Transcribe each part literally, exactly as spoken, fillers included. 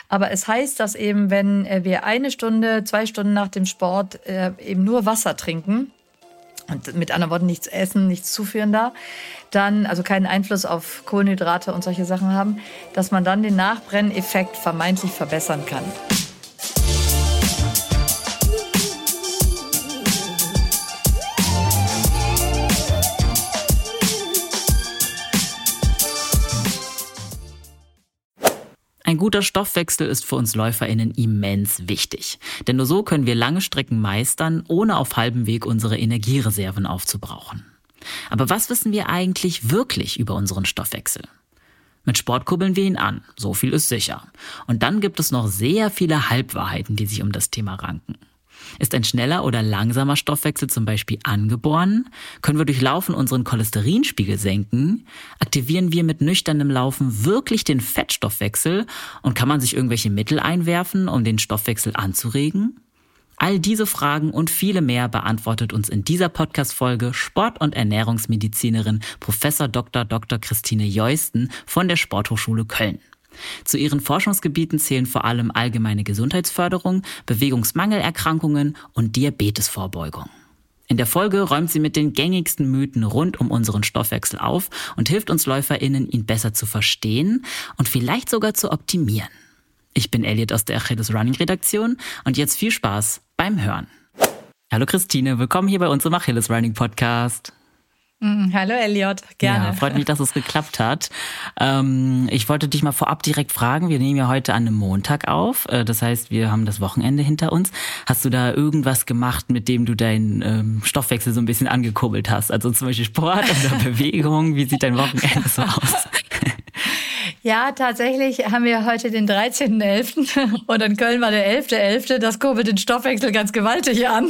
Aber es heißt, dass eben, wenn wir eine Stunde, zwei Stunden nach dem Sport äh, eben nur Wasser trinken, und mit anderen Worten nichts essen, nichts zuführen da, dann, also keinen Einfluss auf Kohlenhydrate und solche Sachen haben, dass man dann den Nachbrenneffekt vermeintlich verbessern kann. Ein guter Stoffwechsel ist für uns LäuferInnen immens wichtig. Denn nur so können wir lange Strecken meistern, ohne auf halbem Weg unsere Energiereserven aufzubrauchen. Aber was wissen wir eigentlich wirklich über unseren Stoffwechsel? Mit Sport kurbeln wir ihn an, so viel ist sicher. Und dann gibt es noch sehr viele Halbwahrheiten, die sich um das Thema ranken. Ist ein schneller oder langsamer Stoffwechsel zum Beispiel angeboren? Können wir durch Laufen unseren Cholesterinspiegel senken? Aktivieren wir mit nüchternem Laufen wirklich den Fettstoffwechsel? Und kann man sich irgendwelche Mittel einwerfen, um den Stoffwechsel anzuregen? All diese Fragen und viele mehr beantwortet uns in dieser Podcast-Folge Sport- und Ernährungsmedizinerin Professor Doktor Doktor Christine Joosten von der Sporthochschule Köln. Zu ihren Forschungsgebieten zählen vor allem allgemeine Gesundheitsförderung, Bewegungsmangelerkrankungen und Diabetesvorbeugung. In der Folge räumt sie mit den gängigsten Mythen rund um unseren Stoffwechsel auf und hilft uns LäuferInnen, ihn besser zu verstehen und vielleicht sogar zu optimieren. Ich bin Elliot aus der Achilles Running Redaktion und jetzt viel Spaß beim Hören. Hallo Christine, willkommen hier bei uns im Achilles Running Podcast. Hallo Elliot, gerne. Ja, freut mich, dass es geklappt hat. Ähm, ich wollte dich mal vorab direkt fragen, wir nehmen ja heute an einem Montag auf, äh, das heißt, wir haben das Wochenende hinter uns. Hast du da irgendwas gemacht, mit dem du deinen ähm, Stoffwechsel so ein bisschen angekurbelt hast? Also zum Beispiel Sport oder Bewegung, wie sieht dein Wochenende so aus? Ja, tatsächlich haben wir heute den dreizehnten elften und in Köln war der elfte elfte Das kurbelt den Stoffwechsel ganz gewaltig an.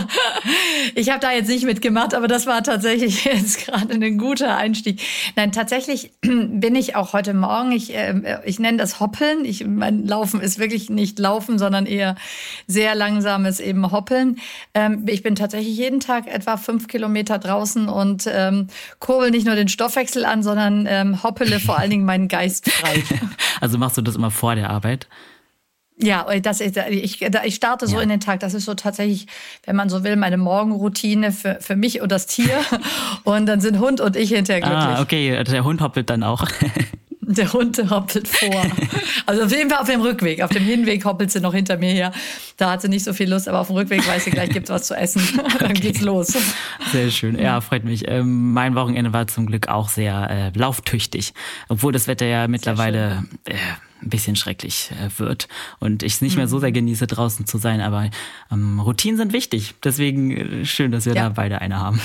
Ich habe da jetzt nicht mitgemacht, aber das war tatsächlich jetzt gerade ein guter Einstieg. Nein, tatsächlich bin ich auch heute Morgen, ich, äh, ich nenne das Hoppeln. Ich, mein Laufen ist wirklich nicht Laufen, sondern eher sehr langsames eben Hoppeln. Ähm, ich bin tatsächlich jeden Tag etwa fünf Kilometer draußen und ähm, kurbel nicht nur den Stoffwechsel an, sondern ähm, hoppele vor allen Dingen meinen Geist frei. Also machst du das immer vor der Arbeit? Ja, das ist, ich, ich starte so ja. in den Tag. Das ist so tatsächlich, wenn man so will, meine Morgenroutine für, für mich und das Tier. Und dann sind Hund und ich hinterher glücklich. Ah, okay, der Hund hoppelt dann auch. Der Hund hoppelt vor. Also auf jeden Fall auf dem Rückweg. Auf dem Hinweg hoppelt sie noch hinter mir her. Da hat sie nicht so viel Lust, aber auf dem Rückweg weiß sie, gleich gibt's was zu essen. Dann okay. geht's los. Sehr schön. Ja, freut mich. Ähm, mein Wochenende war zum Glück auch sehr äh, lauftüchtig. Obwohl das Wetter ja mittlerweile äh, ein bisschen schrecklich äh, wird. Und ich es nicht mehr so sehr genieße, draußen zu sein. Aber ähm, Routinen sind wichtig. Deswegen äh, schön, dass wir ja. da beide eine haben.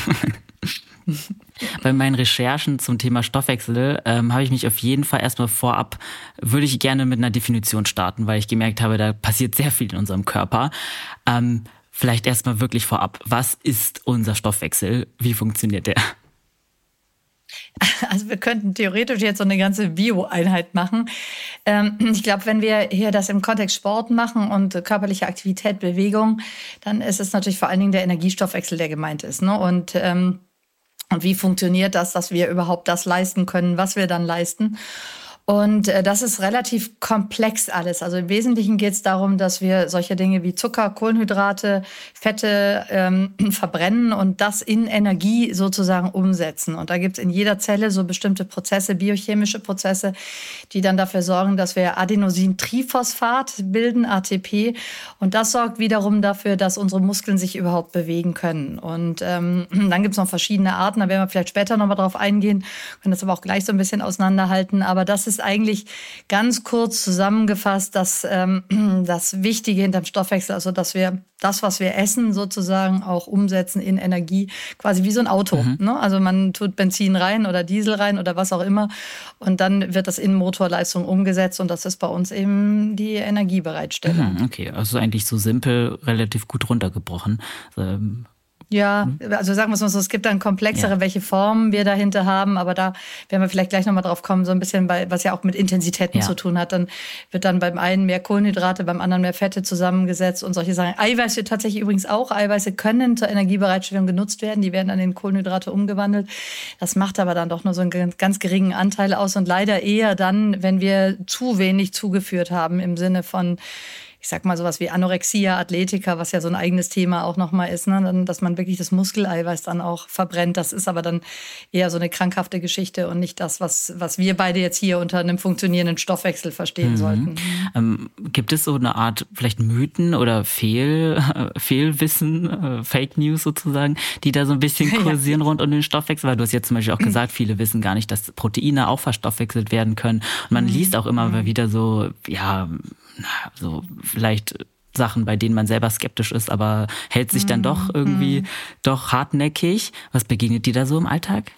Bei meinen Recherchen zum Thema Stoffwechsel ähm, habe ich mich auf jeden Fall erstmal vorab, würde ich gerne mit einer Definition starten, weil ich gemerkt habe, da passiert sehr viel in unserem Körper. Ähm, vielleicht erstmal wirklich vorab, was ist unser Stoffwechsel? Wie funktioniert der? Also wir könnten theoretisch jetzt so eine ganze Bio-Einheit machen. Ähm, ich glaube, wenn wir hier das im Kontext Sport machen und körperliche Aktivität, Bewegung, dann ist es natürlich vor allen Dingen der Energiestoffwechsel, der gemeint ist, ne? Und ähm, Und wie funktioniert das, dass wir überhaupt das leisten können, was wir dann leisten? Und äh, das ist relativ komplex alles. Also im Wesentlichen geht es darum, dass wir solche Dinge wie Zucker, Kohlenhydrate, Fette ähm, verbrennen und das in Energie sozusagen umsetzen. Und da gibt es in jeder Zelle so bestimmte Prozesse, biochemische Prozesse, die dann dafür sorgen, dass wir Adenosintriphosphat bilden, A T P. Und das sorgt wiederum dafür, dass unsere Muskeln sich überhaupt bewegen können. Und ähm, dann gibt es noch verschiedene Arten, da werden wir vielleicht später nochmal drauf eingehen, können das aber auch gleich so ein bisschen auseinanderhalten. Aber das ist ist eigentlich ganz kurz zusammengefasst, dass ähm, das Wichtige hinterm Stoffwechsel, also dass wir das, was wir essen, sozusagen auch umsetzen in Energie, quasi wie so ein Auto. Mhm. Ne? Also man tut Benzin rein oder Diesel rein oder was auch immer und dann wird das in Motorleistung umgesetzt und das ist bei uns eben die Energiebereitstellung. Mhm, okay, also eigentlich so simpel, relativ gut runtergebrochen. Ähm Ja, also sagen wir es mal so, es gibt dann komplexere, ja. welche Formen wir dahinter haben, aber da werden wir vielleicht gleich nochmal drauf kommen, so ein bisschen, bei, was ja auch mit Intensitäten ja. zu tun hat. Dann wird dann beim einen mehr Kohlenhydrate, beim anderen mehr Fette zusammengesetzt und solche Sachen. Eiweiße tatsächlich übrigens auch. Eiweiße können zur Energiebereitstellung genutzt werden, die werden dann in Kohlenhydrate umgewandelt. Das macht aber dann doch nur so einen ganz geringen Anteil aus und leider eher dann, wenn wir zu wenig zugeführt haben im Sinne von, ich sag mal sowas wie Anorexia athletica, was ja so ein eigenes Thema auch nochmal ist, ne? Dass man wirklich das Muskeleiweiß dann auch verbrennt. Das ist aber dann eher so eine krankhafte Geschichte und nicht das, was, was wir beide jetzt hier unter einem funktionierenden Stoffwechsel verstehen mhm. sollten. Ähm, gibt es so eine Art vielleicht Mythen oder Fehl, äh, Fehlwissen, äh, Fake News sozusagen, die da so ein bisschen kursieren ja. rund um den Stoffwechsel? Weil du hast jetzt zum Beispiel auch gesagt, viele wissen gar nicht, dass Proteine auch verstoffwechselt werden können. Und man mhm. liest auch immer mhm. wieder so, ja, so vielleicht Sachen, bei denen man selber skeptisch ist, aber hält sich dann doch irgendwie mm. doch hartnäckig. Was begegnet dir da so im Alltag?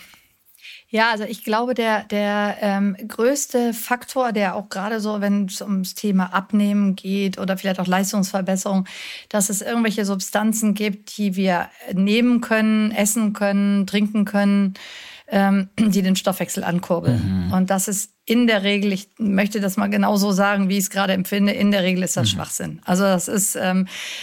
Ja, also ich glaube, der, der ähm, größte Faktor, der auch gerade so, wenn es ums Thema Abnehmen geht oder vielleicht auch Leistungsverbesserung, dass es irgendwelche Substanzen gibt, die wir nehmen können, essen können, trinken können, ähm, die den Stoffwechsel ankurbeln. Mhm. Und das ist in der Regel, ich möchte das mal genau so sagen, wie ich es gerade empfinde, in der Regel ist das mhm. Schwachsinn. Also das ist, ähm,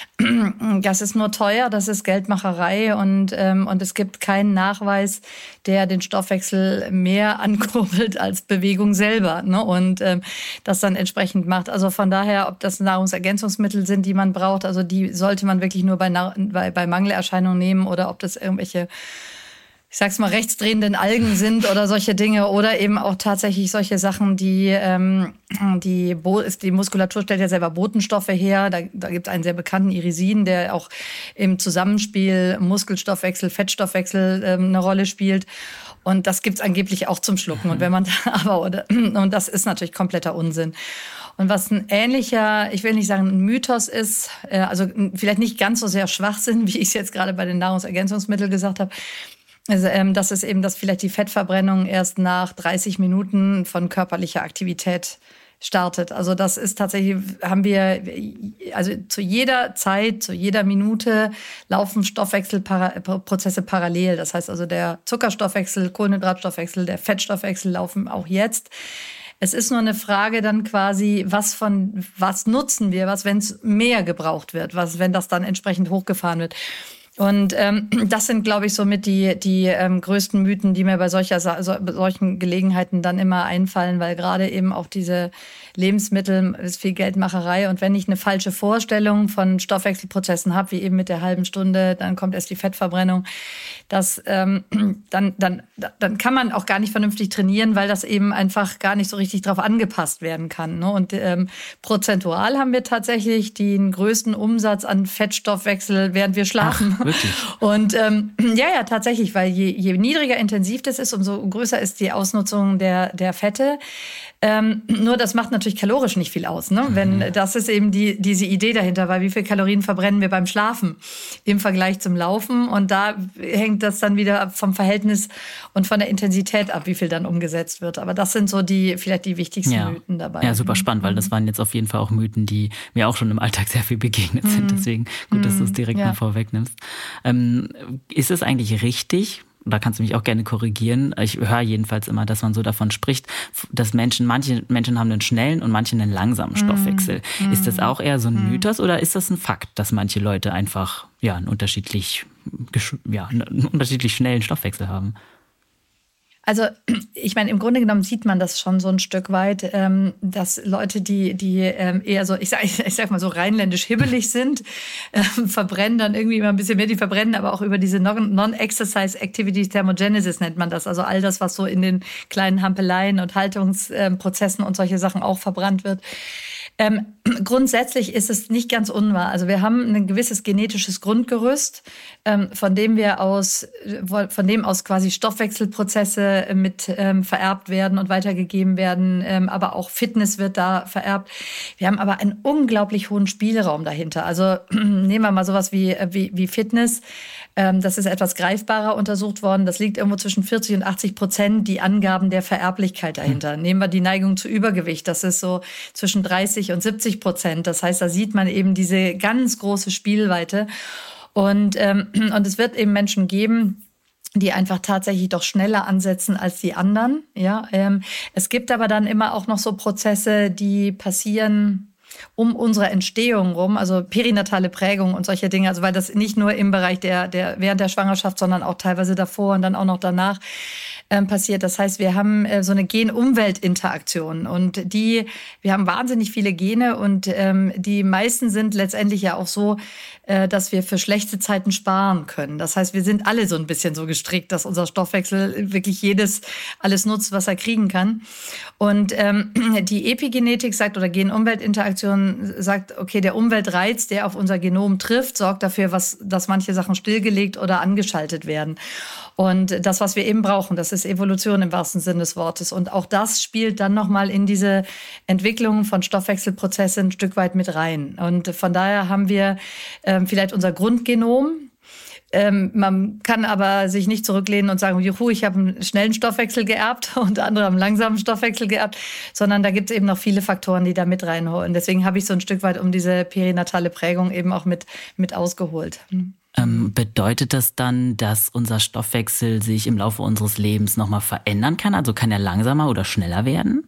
das ist nur teuer, das ist Geldmacherei und, ähm, und es gibt keinen Nachweis, der den Stoffwechsel mehr ankurbelt als Bewegung selber, ne? Und ähm, das dann entsprechend macht. Also von daher, ob das Nahrungsergänzungsmittel sind, die man braucht, also die sollte man wirklich nur bei, bei, bei Mangelerscheinungen nehmen oder ob das irgendwelche, ich sag's mal, rechtsdrehenden Algen sind oder solche Dinge oder eben auch tatsächlich solche Sachen, die ähm, die, Bo- die Muskulatur stellt ja selber Botenstoffe her. Da, da gibt es einen sehr bekannten Irisin, der auch im Zusammenspiel Muskelstoffwechsel, Fettstoffwechsel ähm, eine Rolle spielt. Und das gibt's angeblich auch zum Schlucken. Und wenn man da aber oder und das ist natürlich kompletter Unsinn. Und was ein ähnlicher, ich will nicht sagen ein Mythos ist, äh, also vielleicht nicht ganz so sehr Schwachsinn, wie ich es jetzt gerade bei den Nahrungsergänzungsmitteln gesagt habe. Also, ähm, das ist eben, dass vielleicht die Fettverbrennung erst nach dreißig Minuten von körperlicher Aktivität startet. Also das ist tatsächlich, haben wir, also zu jeder Zeit, zu jeder Minute laufen Stoffwechselprozesse parallel. Das heißt also der Zuckerstoffwechsel, Kohlenhydratstoffwechsel, der Fettstoffwechsel laufen auch jetzt. Es ist nur eine Frage dann quasi, was von, was nutzen wir, was, wenn es mehr gebraucht wird, was, wenn das dann entsprechend hochgefahren wird. Und ähm, das sind, glaube ich, somit die die ähm, größten Mythen, die mir bei solcher so, solchen Gelegenheiten dann immer einfallen, weil gerade eben auch diese Lebensmittel ist viel Geldmacherei. Und wenn ich eine falsche Vorstellung von Stoffwechselprozessen habe, wie eben mit der halben Stunde, dann kommt erst die Fettverbrennung. Das ähm, dann dann dann kann man auch gar nicht vernünftig trainieren, weil das eben einfach gar nicht so richtig drauf angepasst werden kann. Ne? Und ähm, prozentual haben wir tatsächlich den größten Umsatz an Fettstoffwechsel, während wir schlafen. Ach, wirklich? Und ähm, ja, ja, tatsächlich, weil je, je niedriger intensiv das ist, umso größer ist die Ausnutzung der der Fette. Ähm, nur das macht natürlich kalorisch nicht viel aus, ne? Wenn das ist eben die diese Idee dahinter, weil wie viel Kalorien verbrennen wir beim Schlafen im Vergleich zum Laufen und da hängt das dann wieder vom Verhältnis und von der Intensität ab, wie viel dann umgesetzt wird. Aber das sind so die vielleicht die wichtigsten ja. Mythen dabei. Ja, super spannend, weil das waren jetzt auf jeden Fall auch Mythen, die mir auch schon im Alltag sehr viel begegnet mhm. sind. Deswegen gut, dass du es direkt ja. mal vorwegnimmst. Ähm, ist es eigentlich richtig? Da kannst du mich auch gerne korrigieren. Ich höre jedenfalls immer, dass man so davon spricht, dass Menschen, manche Menschen haben einen schnellen und manche einen langsamen Stoffwechsel. Mm. Ist das auch eher so ein mm. Mythos oder ist das ein Fakt, dass manche Leute einfach ja einen unterschiedlich, ja, einen unterschiedlich schnellen Stoffwechsel haben? Also ich meine, im Grunde genommen sieht man das schon so ein Stück weit, ähm, dass Leute, die die ähm, eher so, ich sag, ich sag mal so rheinländisch hibbelig sind, ähm, verbrennen dann irgendwie immer ein bisschen mehr, die verbrennen aber auch über diese Non-Exercise Activity Thermogenesis nennt man das, also all das, was so in den kleinen Hampeleien und Haltungsprozessen und solche Sachen auch verbrannt wird. Ähm, grundsätzlich ist es nicht ganz unwahr. Also wir haben ein gewisses genetisches Grundgerüst, ähm, von dem wir aus, von dem aus quasi Stoffwechselprozesse mit ähm, vererbt werden und weitergegeben werden, ähm, aber auch Fitness wird da vererbt. Wir haben aber einen unglaublich hohen Spielraum dahinter. Also nehmen wir mal sowas wie wie, wie Fitness. Ähm, das ist etwas greifbarer untersucht worden. Das liegt irgendwo zwischen vierzig und achtzig Prozent, die Angaben der Vererblichkeit dahinter. Mhm. Nehmen wir die Neigung zu Übergewicht. Das ist so zwischen dreißig und siebzig Prozent. Das heißt, da sieht man eben diese ganz große Spielweite. Und, ähm, und es wird eben Menschen geben, die einfach tatsächlich doch schneller ansetzen als die anderen. Ja, ähm, es gibt aber dann immer auch noch so Prozesse, die passieren um unsere Entstehung rum, also perinatale Prägung und solche Dinge, also weil das nicht nur im Bereich der, der während der Schwangerschaft, sondern auch teilweise davor und dann auch noch danach ähm, passiert. Das heißt, wir haben äh, so eine Gen-Umwelt-Interaktion und die, wir haben wahnsinnig viele Gene und ähm, die meisten sind letztendlich ja auch so, äh, dass wir für schlechte Zeiten sparen können. Das heißt, wir sind alle so ein bisschen so gestrickt, dass unser Stoffwechsel wirklich jedes, alles nutzt, was er kriegen kann. Und ähm, die Epigenetik sagt oder Gen-Umwelt-Interaktion sagt, okay, der Umweltreiz, der auf unser Genom trifft, sorgt dafür, was, dass manche Sachen stillgelegt oder angeschaltet werden. Und das, was wir eben brauchen, das ist Evolution im wahrsten Sinne des Wortes. Und auch das spielt dann nochmal in diese Entwicklung von Stoffwechselprozessen ein Stück weit mit rein. Und von daher haben wir ähm, vielleicht unser Grundgenom. Ähm, man kann aber sich nicht zurücklehnen und sagen, juhu, ich habe einen schnellen Stoffwechsel geerbt und andere haben einen langsamen Stoffwechsel geerbt, sondern da gibt es eben noch viele Faktoren, die da mit reinholen. Deswegen habe ich so ein Stück weit um diese perinatale Prägung eben auch mit, mit ausgeholt. Ähm, bedeutet das dann, dass unser Stoffwechsel sich im Laufe unseres Lebens nochmal verändern kann? Also kann er langsamer oder schneller werden?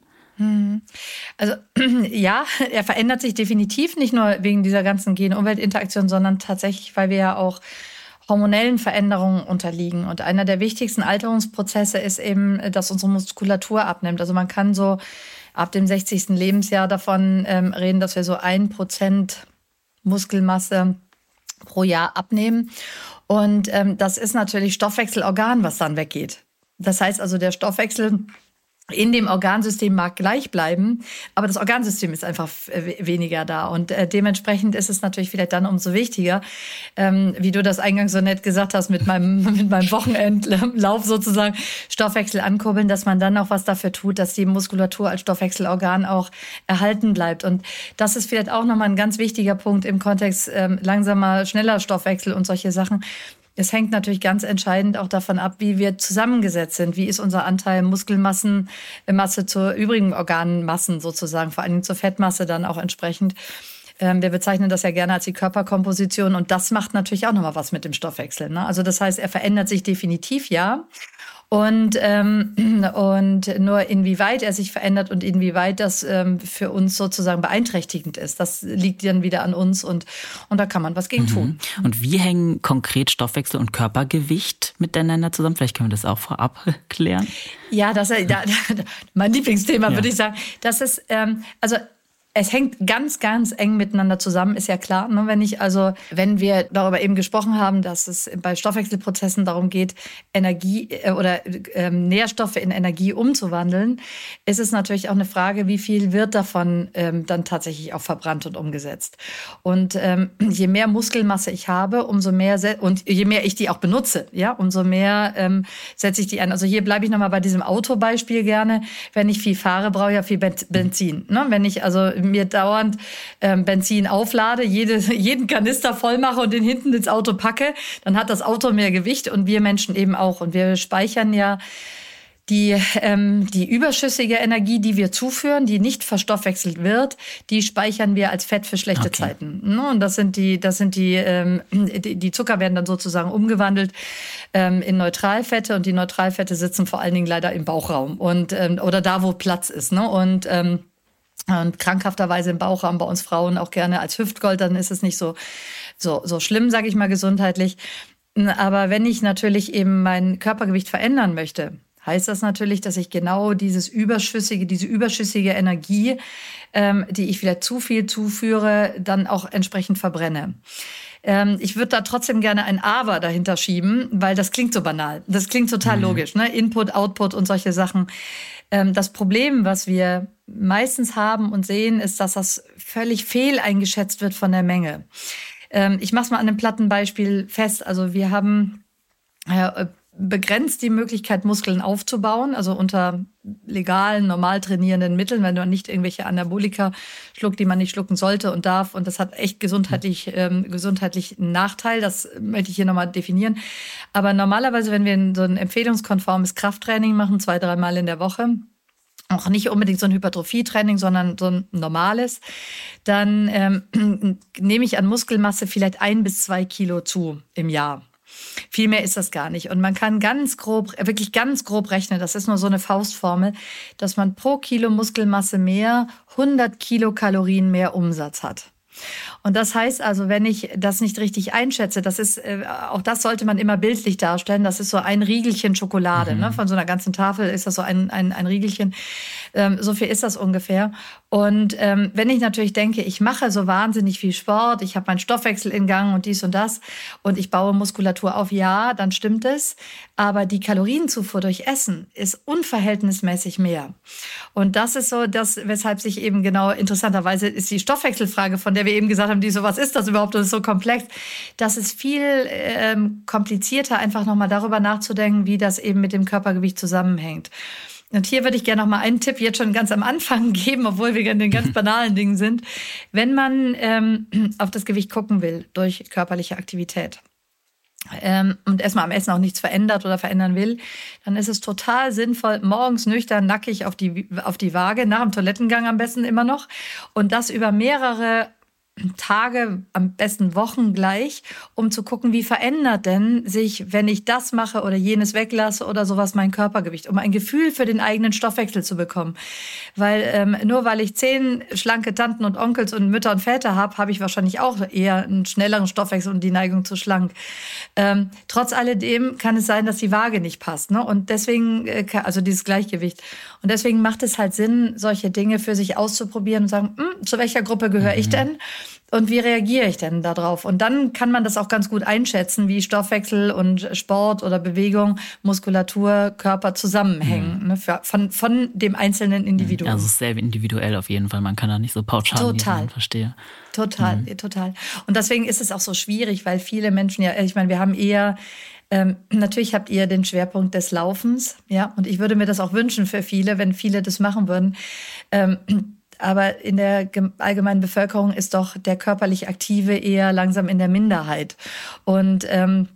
Also ja, er verändert sich definitiv, nicht nur wegen dieser ganzen Gen-Umwelt-Interaktion, sondern tatsächlich, weil wir ja auch hormonellen Veränderungen unterliegen. Und einer der wichtigsten Alterungsprozesse ist eben, dass unsere Muskulatur abnimmt. Also man kann so ab dem sechzigsten Lebensjahr davon ähm, reden, dass wir so ein Prozent Muskelmasse pro Jahr abnehmen. Und ähm, das ist natürlich Stoffwechselorgan, was dann weggeht. Das heißt also, der Stoffwechsel in dem Organsystem mag gleich bleiben, aber das Organsystem ist einfach weniger da. Und äh, dementsprechend ist es natürlich vielleicht dann umso wichtiger, ähm, wie du das eingangs so nett gesagt hast, mit meinem, mit meinem Wochenendlauf sozusagen Stoffwechsel ankurbeln, dass man dann auch was dafür tut, dass die Muskulatur als Stoffwechselorgan auch erhalten bleibt. Und das ist vielleicht auch nochmal ein ganz wichtiger Punkt im Kontext ähm, langsamer, schneller Stoffwechsel und solche Sachen. Es hängt natürlich ganz entscheidend auch davon ab, wie wir zusammengesetzt sind. Wie ist unser Anteil Muskelmassen, Masse zur übrigen Organmassen sozusagen, vor allem zur Fettmasse dann auch entsprechend. Ähm, wir bezeichnen das ja gerne als die Körperkomposition und das macht natürlich auch nochmal was mit dem Stoffwechsel. Ne? Also das heißt, er verändert sich definitiv, ja. Und, ähm, und nur inwieweit er sich verändert und inwieweit das ähm, für uns sozusagen beeinträchtigend ist, das liegt dann wieder an uns und, und da kann man was gegen mhm. tun. Und wie hängen konkret Stoffwechsel und Körpergewicht miteinander zusammen? Vielleicht können wir das auch vorab klären. Ja, das ist ja, mein Lieblingsthema, ja. würde ich sagen. Das ist, ähm, also es hängt ganz, ganz eng miteinander zusammen, ist ja klar. Ne? Wenn ich also, wenn wir darüber eben gesprochen haben, dass es bei Stoffwechselprozessen darum geht, Energie äh, oder äh, Nährstoffe in Energie umzuwandeln, ist es natürlich auch eine Frage, wie viel wird davon ähm, dann tatsächlich auch verbrannt und umgesetzt. Und ähm, je mehr Muskelmasse ich habe, umso mehr se- und je mehr ich die auch benutze, ja, umso mehr ähm, setze ich die ein. Also hier bleibe ich nochmal bei diesem Autobeispiel gerne. Wenn ich viel fahre, brauche ich ja viel Benzin. Ne? Wenn ich also mir dauernd ähm, Benzin auflade, jede, jeden Kanister voll mache und den hinten ins Auto packe, dann hat das Auto mehr Gewicht und wir Menschen eben auch. Und wir speichern ja die, ähm, die überschüssige Energie, die wir zuführen, die nicht verstoffwechselt wird, die speichern wir als Fett für schlechte okay. Zeiten. Und das sind die, das sind die, ähm, die, die Zucker werden dann sozusagen umgewandelt ähm, in Neutralfette und die Neutralfette sitzen vor allen Dingen leider im Bauchraum und ähm, oder da, wo Platz ist. Ne? Und ähm, Und krankhafterweise im Bauchraum bei uns Frauen auch gerne als Hüftgold, dann ist es nicht so, so, so schlimm, sage ich mal, gesundheitlich. Aber wenn ich natürlich eben mein Körpergewicht verändern möchte, heißt das natürlich, dass ich genau dieses überschüssige, diese überschüssige Energie, ähm, die ich vielleicht zu viel zuführe, dann auch entsprechend verbrenne. Ähm, ich würde da trotzdem gerne ein Aber dahinter schieben, weil das klingt so banal. Das klingt total mhm. logisch, ne? Input, Output und solche Sachen. Ähm, das Problem, was wir meistens haben und sehen, ist, dass das völlig fehl eingeschätzt wird von der Menge. Ähm, ich mache es mal an einem platten Beispiel fest. Also wir haben äh, begrenzt die Möglichkeit, Muskeln aufzubauen, also unter legalen, normal trainierenden Mitteln, wenn man nicht irgendwelche Anabolika schluckt, die man nicht schlucken sollte und darf. Und das hat echt gesundheitlich, ähm, gesundheitlich einen Nachteil. Das möchte ich hier nochmal definieren. Aber normalerweise, wenn wir so ein empfehlungskonformes Krafttraining machen, zwei, dreimal in der Woche, auch nicht unbedingt so ein Hypertrophie-Training, sondern so ein normales, dann ähm, nehme ich an Muskelmasse vielleicht ein bis zwei Kilo zu im Jahr. Viel mehr ist das gar nicht. Und man kann ganz grob, wirklich ganz grob rechnen, das ist nur so eine Faustformel, dass man pro Kilo Muskelmasse mehr hundert Kilokalorien mehr Umsatz hat. Und das heißt also, wenn ich das nicht richtig einschätze, das ist, äh, auch das sollte man immer bildlich darstellen, das ist so ein Riegelchen Schokolade, mhm. ne? Von so einer ganzen Tafel ist das so ein, ein, ein Riegelchen, ähm, so viel ist das ungefähr. Und ähm, wenn ich natürlich denke, ich mache so wahnsinnig viel Sport, ich habe meinen Stoffwechsel in Gang und dies und das und ich baue Muskulatur auf, ja, dann stimmt es, aber die Kalorienzufuhr durch Essen ist unverhältnismäßig mehr. Und das ist so das, weshalb sich eben genau, interessanterweise ist die Stoffwechselfrage, von der wir eben gesagt haben, die so, was ist das überhaupt, das ist so komplex. Das ist viel ähm, komplizierter, einfach nochmal darüber nachzudenken, wie das eben mit dem Körpergewicht zusammenhängt. Und hier würde ich gerne noch mal einen Tipp jetzt schon ganz am Anfang geben, obwohl wir in den ganz banalen Dingen sind. Wenn man ähm, auf das Gewicht gucken will durch körperliche Aktivität ähm, und erstmal am Essen auch nichts verändert oder verändern will, dann ist es total sinnvoll, morgens nüchtern, nackig auf die, auf die Waage, nach dem Toilettengang am besten immer noch, und das über mehrere Tage, am besten Wochen gleich, um zu gucken, wie verändert denn sich, wenn ich das mache oder jenes weglasse oder sowas, mein Körpergewicht, um ein Gefühl für den eigenen Stoffwechsel zu bekommen. Weil ähm, nur weil ich zehn schlanke Tanten und Onkels und Mütter und Väter habe, habe ich wahrscheinlich auch eher einen schnelleren Stoffwechsel und die Neigung zu schlank. Ähm, trotz alledem kann es sein, dass die Waage nicht passt, ne? Und deswegen, äh, also dieses Gleichgewicht. Und deswegen macht es halt Sinn, solche Dinge für sich auszuprobieren und sagen, zu welcher Gruppe gehöre mhm. ich denn? Und wie reagiere ich denn darauf? Und dann kann man das auch ganz gut einschätzen, wie Stoffwechsel und Sport oder Bewegung, Muskulatur, Körper zusammenhängen, mhm. ne, für, von, von dem einzelnen Individuum. Also es ist sehr individuell auf jeden Fall. Man kann da nicht so pauschal total verstehen. Total, mhm. total. Und deswegen ist es auch so schwierig, weil viele Menschen ja, ich meine, wir haben eher Ähm, natürlich habt ihr den Schwerpunkt des Laufens, ja, und ich würde mir das auch wünschen für viele, wenn viele das machen würden. Ähm, Aber in der allgemeinen Bevölkerung ist doch der körperlich Aktive eher langsam in der Minderheit. Und ähm,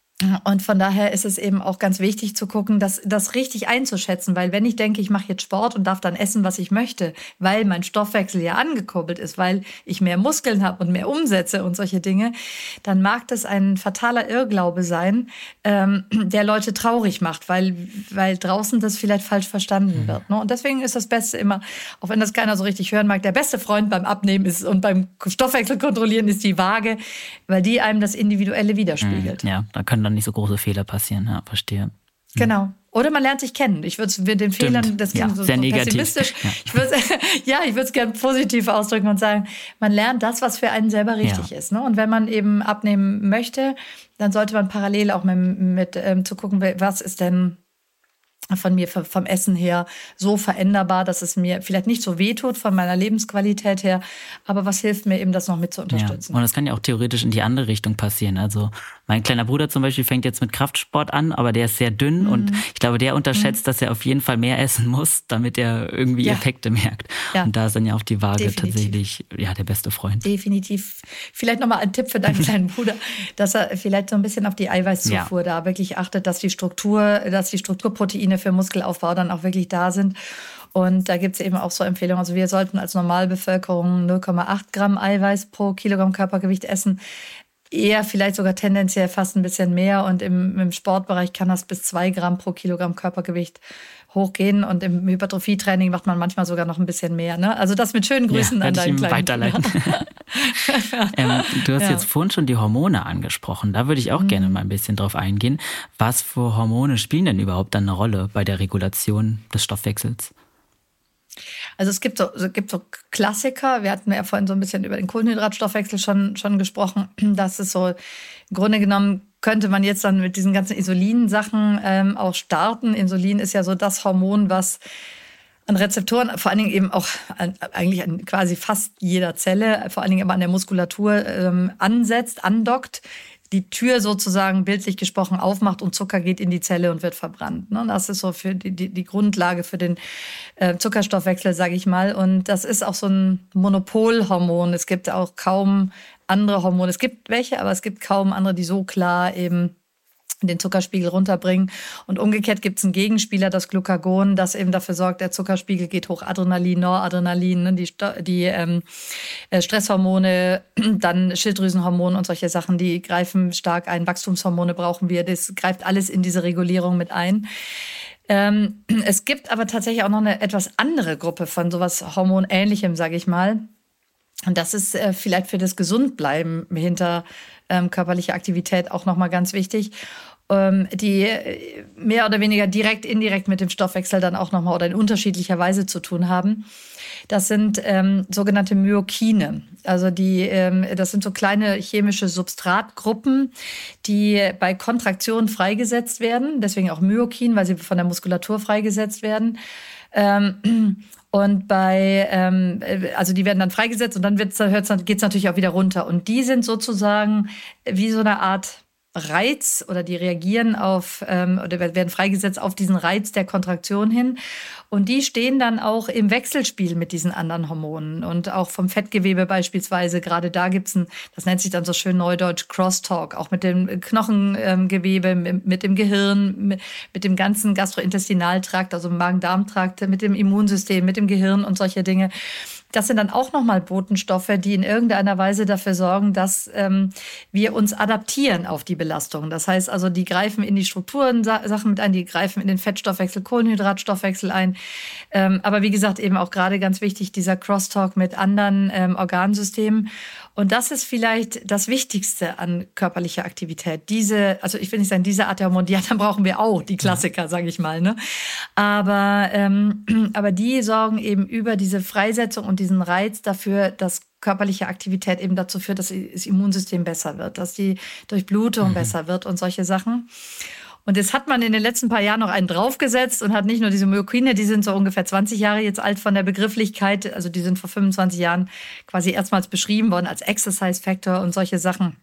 Und von daher ist es eben auch ganz wichtig zu gucken, das, das richtig einzuschätzen. Weil wenn ich denke, ich mache jetzt Sport und darf dann essen, was ich möchte, weil mein Stoffwechsel ja angekurbelt ist, weil ich mehr Muskeln habe und mehr umsetze und solche Dinge, dann mag das ein fataler Irrglaube sein, ähm, der Leute traurig macht, weil, weil draußen das vielleicht falsch verstanden wird. Ne? Und deswegen ist das Beste immer, auch wenn das keiner so richtig hören mag, der beste Freund beim Abnehmen ist und beim Stoffwechsel kontrollieren ist die Waage, weil die einem das Individuelle widerspiegelt. Ja, da können dann nicht so große Fehler passieren, ja, verstehe. Genau. Oder man lernt sich kennen. Ich würde mit den Stimmt. Fehlern, das klingt ja, so, so pessimistisch. Ja. Ich würde ja, ich würde es gerne positiv ausdrücken und sagen, man lernt das, was für einen selber richtig ja. ist. Ne? Und wenn man eben abnehmen möchte, dann sollte man parallel auch mit, mit ähm, zu gucken, was ist denn von mir vom Essen her so veränderbar, dass es mir vielleicht nicht so wehtut von meiner Lebensqualität her, aber was hilft mir eben, das noch mit zu unterstützen. Ja. Und das kann ja auch theoretisch in die andere Richtung passieren. Also mein kleiner Bruder zum Beispiel fängt jetzt mit Kraftsport an, aber der ist sehr dünn mhm. und ich glaube, der unterschätzt, mhm. dass er auf jeden Fall mehr essen muss, damit er irgendwie ja. Effekte merkt. Ja. Und da ist dann ja auch die Waage Definitiv. tatsächlich ja, der beste Freund. Definitiv. Vielleicht nochmal ein Tipp für deinen kleinen Bruder, dass er vielleicht so ein bisschen auf die Eiweißzufuhr ja. da wirklich achtet, dass die Struktur, dass die Strukturproteine für Muskelaufbau dann auch wirklich da sind. Und da gibt es eben auch so Empfehlungen. Also wir sollten als Normalbevölkerung null Komma acht Gramm Eiweiß pro Kilogramm Körpergewicht essen. Eher vielleicht sogar tendenziell fast ein bisschen mehr. Und im, im Sportbereich kann das bis zwei Gramm pro Kilogramm Körpergewicht hochgehen. Und im Hypertrophietraining macht man manchmal sogar noch ein bisschen mehr. Ne? Also das mit schönen Grüßen ja, an deinen kleinen weiterleiten. ähm, Du hast ja. jetzt vorhin schon die Hormone angesprochen. Da würde ich auch mhm. gerne mal ein bisschen drauf eingehen. Was für Hormone spielen denn überhaupt dann eine Rolle bei der Regulation des Stoffwechsels? Also es gibt so, es gibt so Klassiker. Wir hatten ja vorhin so ein bisschen über den Kohlenhydratstoffwechsel schon, schon gesprochen. Das ist so, im Grunde genommen könnte man jetzt dann mit diesen ganzen Insulin-Sachen ähm, auch starten. Insulin ist ja so das Hormon, was an Rezeptoren, vor allen Dingen eben auch an, eigentlich an quasi fast jeder Zelle, vor allen Dingen aber an der Muskulatur ähm, ansetzt, andockt, die Tür sozusagen bildlich gesprochen aufmacht und Zucker geht in die Zelle und wird verbrannt. Ne? Das ist so für die, die, die Grundlage für den äh, Zuckerstoffwechsel, sage ich mal. Und das ist auch so ein Monopolhormon. Es gibt auch kaum andere Hormone. Es gibt welche, aber es gibt kaum andere, die so klar eben den Zuckerspiegel runterbringen. Und umgekehrt gibt es einen Gegenspieler, das Glucagon, das eben dafür sorgt, der Zuckerspiegel geht hoch, Adrenalin, Noradrenalin, ne, die, die ähm, Stresshormone, dann Schilddrüsenhormone und solche Sachen, die greifen stark ein. Wachstumshormone brauchen wir, das greift alles in diese Regulierung mit ein. Ähm, es gibt aber tatsächlich auch noch eine etwas andere Gruppe von sowas Hormonähnlichem, sage ich mal. Und das ist äh, vielleicht für das Gesundbleiben hinter ähm, körperlicher Aktivität auch nochmal ganz wichtig, ähm, die äh, mehr oder weniger direkt, indirekt mit dem Stoffwechsel dann auch nochmal oder in unterschiedlicher Weise zu tun haben. Das sind ähm, sogenannte Myokine. Also die, ähm, das sind so kleine chemische Substratgruppen, die bei Kontraktion freigesetzt werden. Deswegen auch Myokin, weil sie von der Muskulatur freigesetzt werden. Ähm, Und bei, ähm, also die werden dann freigesetzt und dann, wird's, dann geht es natürlich auch wieder runter. Und die sind sozusagen wie so eine Art Reiz oder die reagieren auf ähm, oder werden freigesetzt auf diesen Reiz der Kontraktion hin. Und die stehen dann auch im Wechselspiel mit diesen anderen Hormonen und auch vom Fettgewebe beispielsweise. Gerade da gibt's ein, das nennt sich dann so schön neudeutsch Crosstalk, auch mit dem Knochengewebe, mit dem Gehirn, mit dem ganzen Gastrointestinaltrakt, also Magen-Darm-Trakt, mit dem Immunsystem, mit dem Gehirn und solche Dinge. Das sind dann auch nochmal Botenstoffe, die in irgendeiner Weise dafür sorgen, dass ähm, wir uns adaptieren auf die Belastung. Das heißt also, die greifen in die Strukturen Sachen mit ein, die greifen in den Fettstoffwechsel, Kohlenhydratstoffwechsel ein. Ähm, aber wie gesagt, eben auch gerade ganz wichtig, dieser Crosstalk mit anderen ähm, Organsystemen. Und das ist vielleicht das Wichtigste an körperlicher Aktivität. Diese, also ich will nicht sagen, diese Art der Hormone, die dann brauchen wir auch, die Klassiker, sage ich mal. Ne? Aber, ähm, aber die sorgen eben über diese Freisetzung und diesen Reiz dafür, dass körperliche Aktivität eben dazu führt, dass das Immunsystem besser wird, dass die Durchblutung mhm. besser wird und solche Sachen. Und jetzt hat man in den letzten paar Jahren noch einen draufgesetzt und hat nicht nur diese Myokine, die sind so ungefähr zwanzig Jahre jetzt alt von der Begrifflichkeit, also die sind vor fünfundzwanzig Jahren quasi erstmals beschrieben worden als Exercise Factor und solche Sachen.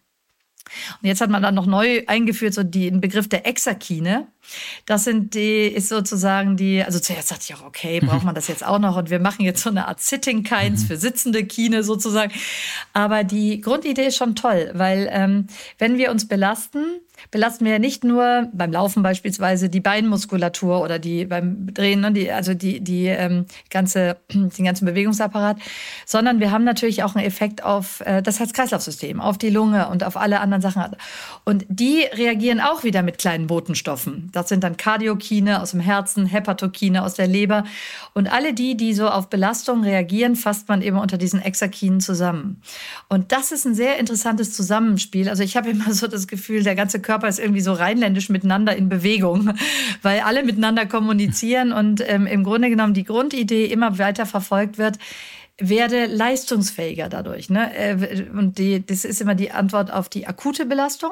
Und jetzt hat man dann noch neu eingeführt, so die, den Begriff der Exakine. Das sind die, ist sozusagen die, also zuerst dachte ich auch, okay, braucht man das jetzt auch noch? Und wir machen jetzt so eine Art Sitting Kines für sitzende Kine sozusagen. Aber die Grundidee ist schon toll, weil ähm, wenn wir uns belasten, belasten wir ja nicht nur beim Laufen beispielsweise die Beinmuskulatur oder die beim Drehen, ne, die, also die, die ähm, ganze, den ganzen Bewegungsapparat, sondern wir haben natürlich auch einen Effekt auf äh, das Herz-Kreislauf-System, auf die Lunge und auf alle anderen Sachen. Und die reagieren auch wieder mit kleinen Botenstoffen. Das sind dann Kardiokine aus dem Herzen, Hepatokine aus der Leber. Und alle die, die so auf Belastung reagieren, fasst man eben unter diesen Exakinen zusammen. Und das ist ein sehr interessantes Zusammenspiel. Also ich habe immer so das Gefühl, der ganze Körper ist irgendwie so rheinländisch miteinander in Bewegung, weil alle miteinander kommunizieren und ähm, im Grunde genommen die Grundidee immer weiter verfolgt wird, werde leistungsfähiger dadurch. Ne? Und die, das ist immer die Antwort auf die akute Belastung.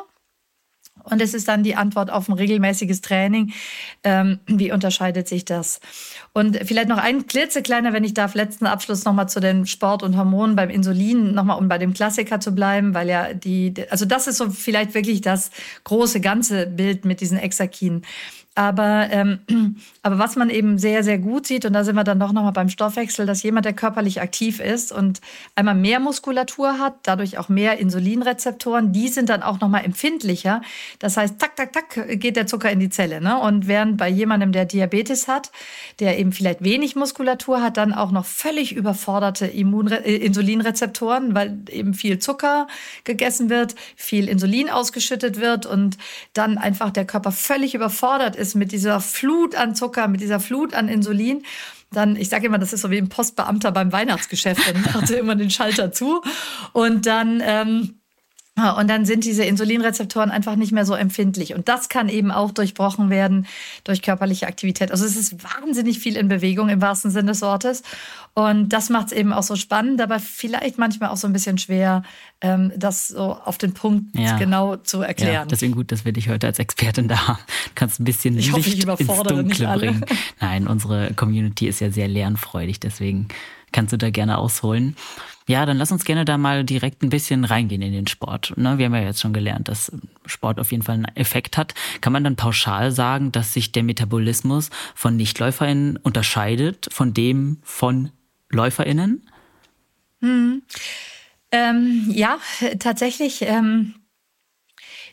Und es ist dann die Antwort auf ein regelmäßiges Training. Ähm, wie unterscheidet sich das? Und vielleicht noch ein klitzekleiner, wenn ich darf, letzten Abschluss nochmal zu den Sport und Hormonen beim Insulin, nochmal um bei dem Klassiker zu bleiben, weil ja die, also das ist so vielleicht wirklich das große ganze Bild mit diesen Exakinen. Aber, ähm, aber was man eben sehr, sehr gut sieht, und da sind wir dann doch nochmal beim Stoffwechsel, dass jemand, der körperlich aktiv ist und einmal mehr Muskulatur hat, dadurch auch mehr Insulinrezeptoren, die sind dann auch nochmal empfindlicher. Das heißt, tak, tak, tak, geht der Zucker in die Zelle. Ne? Und während bei jemandem, der Diabetes hat, der eben vielleicht wenig Muskulatur hat, dann auch noch völlig überforderte Immunre- äh, Insulinrezeptoren, weil eben viel Zucker gegessen wird, viel Insulin ausgeschüttet wird und dann einfach der Körper völlig überfordert ist mit dieser Flut an Zucker, mit dieser Flut an Insulin, dann, ich sage immer, das ist so wie ein Postbeamter beim Weihnachtsgeschäft, dann macht er immer den Schalter zu und dann ähm, und dann sind diese Insulinrezeptoren einfach nicht mehr so empfindlich. Und das kann eben auch durchbrochen werden durch körperliche Aktivität. Also es ist wahnsinnig viel in Bewegung im wahrsten Sinne des Wortes. Und das macht es eben auch so spannend, aber vielleicht manchmal auch so ein bisschen schwer, ähm, das so auf den Punkt ja. genau zu erklären. Ja, deswegen gut, dass wir dich heute als Expertin da haben. Du kannst ein bisschen ich Licht hoffe, ich ins Dunkle bringen. Nein, unsere Community ist ja sehr lernfreudig, deswegen kannst du da gerne ausholen. Ja, dann lass uns gerne da mal direkt ein bisschen reingehen in den Sport. Wir haben ja jetzt schon gelernt, dass Sport auf jeden Fall einen Effekt hat. Kann man dann pauschal sagen, dass sich der Metabolismus von NichtläuferInnen unterscheidet von dem von LäuferInnen? Hm. Ähm, ja, tatsächlich. Ähm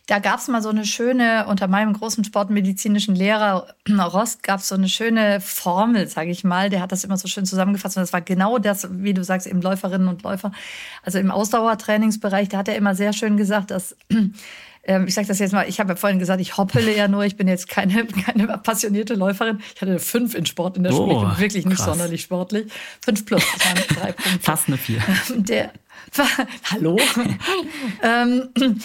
Da gab es mal so eine schöne, unter meinem großen sportmedizinischen Lehrer Rost gab es so eine schöne Formel, sage ich mal. Der hat das immer so schön zusammengefasst. Und das war genau das, wie du sagst, eben Läuferinnen und Läufer. Also im Ausdauertrainingsbereich, da hat er immer sehr schön gesagt, dass... Ich sage das jetzt mal, ich habe ja vorhin gesagt, ich hoppele ja nur, ich bin jetzt keine, keine passionierte Läuferin. Ich hatte eine fünf in Sport in der Schule, ich bin wirklich nicht krass. sonderlich sportlich. Fünf plus, das waren drei Punkte. Fast eine vier. Der, hallo? ähm,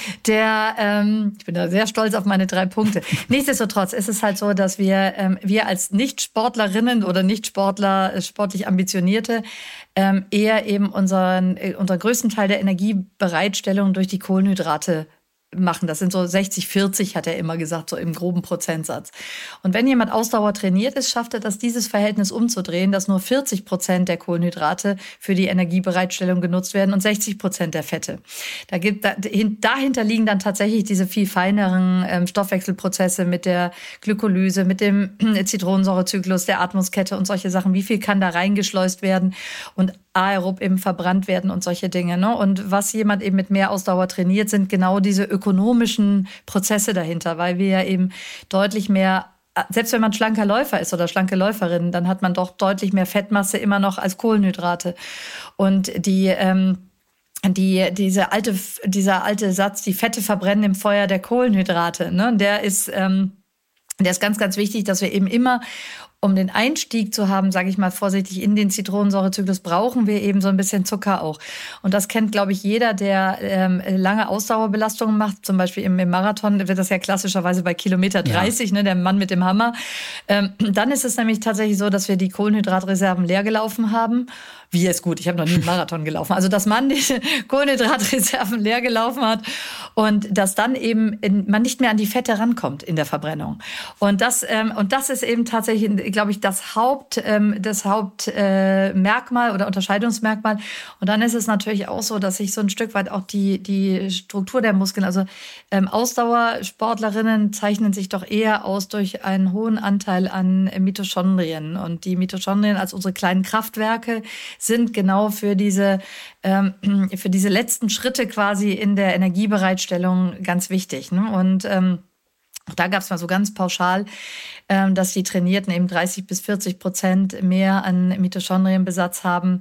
der, ähm, ich bin da sehr stolz auf meine drei Punkte. Nichtsdestotrotz ist es halt so, dass wir, ähm, wir als Nicht-Sportlerinnen oder Nicht-Sportler, sportlich Ambitionierte, ähm, eher eben unseren, unseren größten Teil der Energiebereitstellung durch die Kohlenhydrate machen. Das sind so sechzig vierzig, hat er immer gesagt, so im groben Prozentsatz. Und wenn jemand Ausdauer trainiert ist, schafft er das, dieses Verhältnis umzudrehen, dass nur vierzig Prozent der Kohlenhydrate für die Energiebereitstellung genutzt werden und sechzig Prozent der Fette. Da gibt, dahinter liegen dann tatsächlich diese viel feineren ähm, Stoffwechselprozesse mit der Glykolyse, mit dem äh, Zitronensäurezyklus, der Atmungskette und solche Sachen. Wie viel kann da reingeschleust werden und aerob eben verbrannt werden und solche Dinge, ne? Und was jemand eben mit mehr Ausdauer trainiert, sind genau diese ökonomischen Prozesse dahinter, weil wir ja eben deutlich mehr, selbst wenn man schlanker Läufer ist oder schlanke Läuferin, dann hat man doch deutlich mehr Fettmasse immer noch als Kohlenhydrate. Und die, ähm, die, diese alte, dieser alte Satz, die Fette verbrennen im Feuer der Kohlenhydrate, ne? Der ist, ähm, der ist ganz, ganz wichtig, dass wir eben immer, um den Einstieg zu haben, sage ich mal vorsichtig, in den Zitronensäurezyklus, brauchen wir eben so ein bisschen Zucker auch. Und das kennt, glaube ich, jeder, der ähm, lange Ausdauerbelastungen macht. Zum Beispiel im, im Marathon wird das ja klassischerweise bei Kilometer dreißig, ja. ne, der Mann mit dem Hammer. Ähm, dann ist es nämlich tatsächlich so, dass wir die Kohlenhydratreserven leer gelaufen haben. Wie ist gut, ich habe noch nie einen Marathon gelaufen. Also, dass man die Kohlenhydratreserven leer gelaufen hat und dass dann eben in, man nicht mehr an die Fette rankommt in der Verbrennung. Und das, ähm, und das ist eben tatsächlich, glaube ich, das Haupt, ähm, das Hauptmerkmal äh, oder Unterscheidungsmerkmal. Und dann ist es natürlich auch so, dass sich so ein Stück weit auch die, die Struktur der Muskeln, also ähm, Ausdauersportlerinnen zeichnen sich doch eher aus durch einen hohen Anteil an Mitochondrien. Und die Mitochondrien als unsere kleinen Kraftwerke sind genau für diese, ähm, für diese letzten Schritte quasi in der Energiebereitstellung ganz wichtig. Ne? Und ähm, auch da gab es mal so ganz pauschal, ähm, dass die Trainierten eben dreißig bis vierzig Prozent mehr an Mitochondrienbesatz haben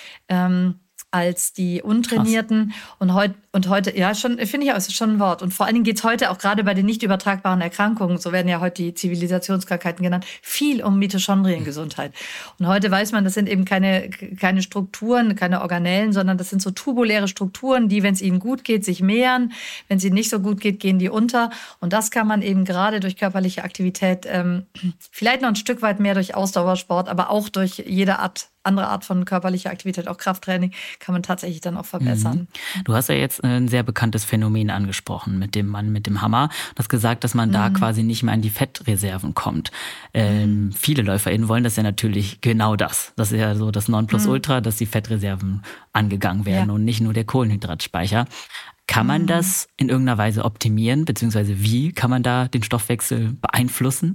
ähm, als die Untrainierten. Krass. Und heute, und heute, ja, schon, finde ich auch, ist schon ein Wort. Und vor allen Dingen geht es heute auch gerade bei den nicht übertragbaren Erkrankungen, so werden ja heute die Zivilisationskrankheiten genannt, viel um Mitochondriengesundheit. Und heute weiß man, das sind eben keine, keine Strukturen, keine Organellen, sondern das sind so tubuläre Strukturen, die, wenn es ihnen gut geht, sich mehren. Wenn es ihnen nicht so gut geht, gehen die unter. Und das kann man eben gerade durch körperliche Aktivität, ähm, vielleicht noch ein Stück weit mehr durch Ausdauersport, aber auch durch jede Art andere Art von körperlicher Aktivität, auch Krafttraining, kann man tatsächlich dann auch verbessern. Du hast ja jetzt ein sehr bekanntes Phänomen angesprochen mit dem Mann mit dem Hammer. Du hast gesagt, dass man mhm. da quasi nicht mehr an die Fettreserven kommt. Ähm, mhm. Viele LäuferInnen wollen das ja natürlich genau das. Das ist ja so das Nonplusultra, mhm. dass die Fettreserven angegangen werden ja. und nicht nur der Kohlenhydratspeicher. Kann man mhm. das in irgendeiner Weise optimieren, beziehungsweise wie kann man da den Stoffwechsel beeinflussen?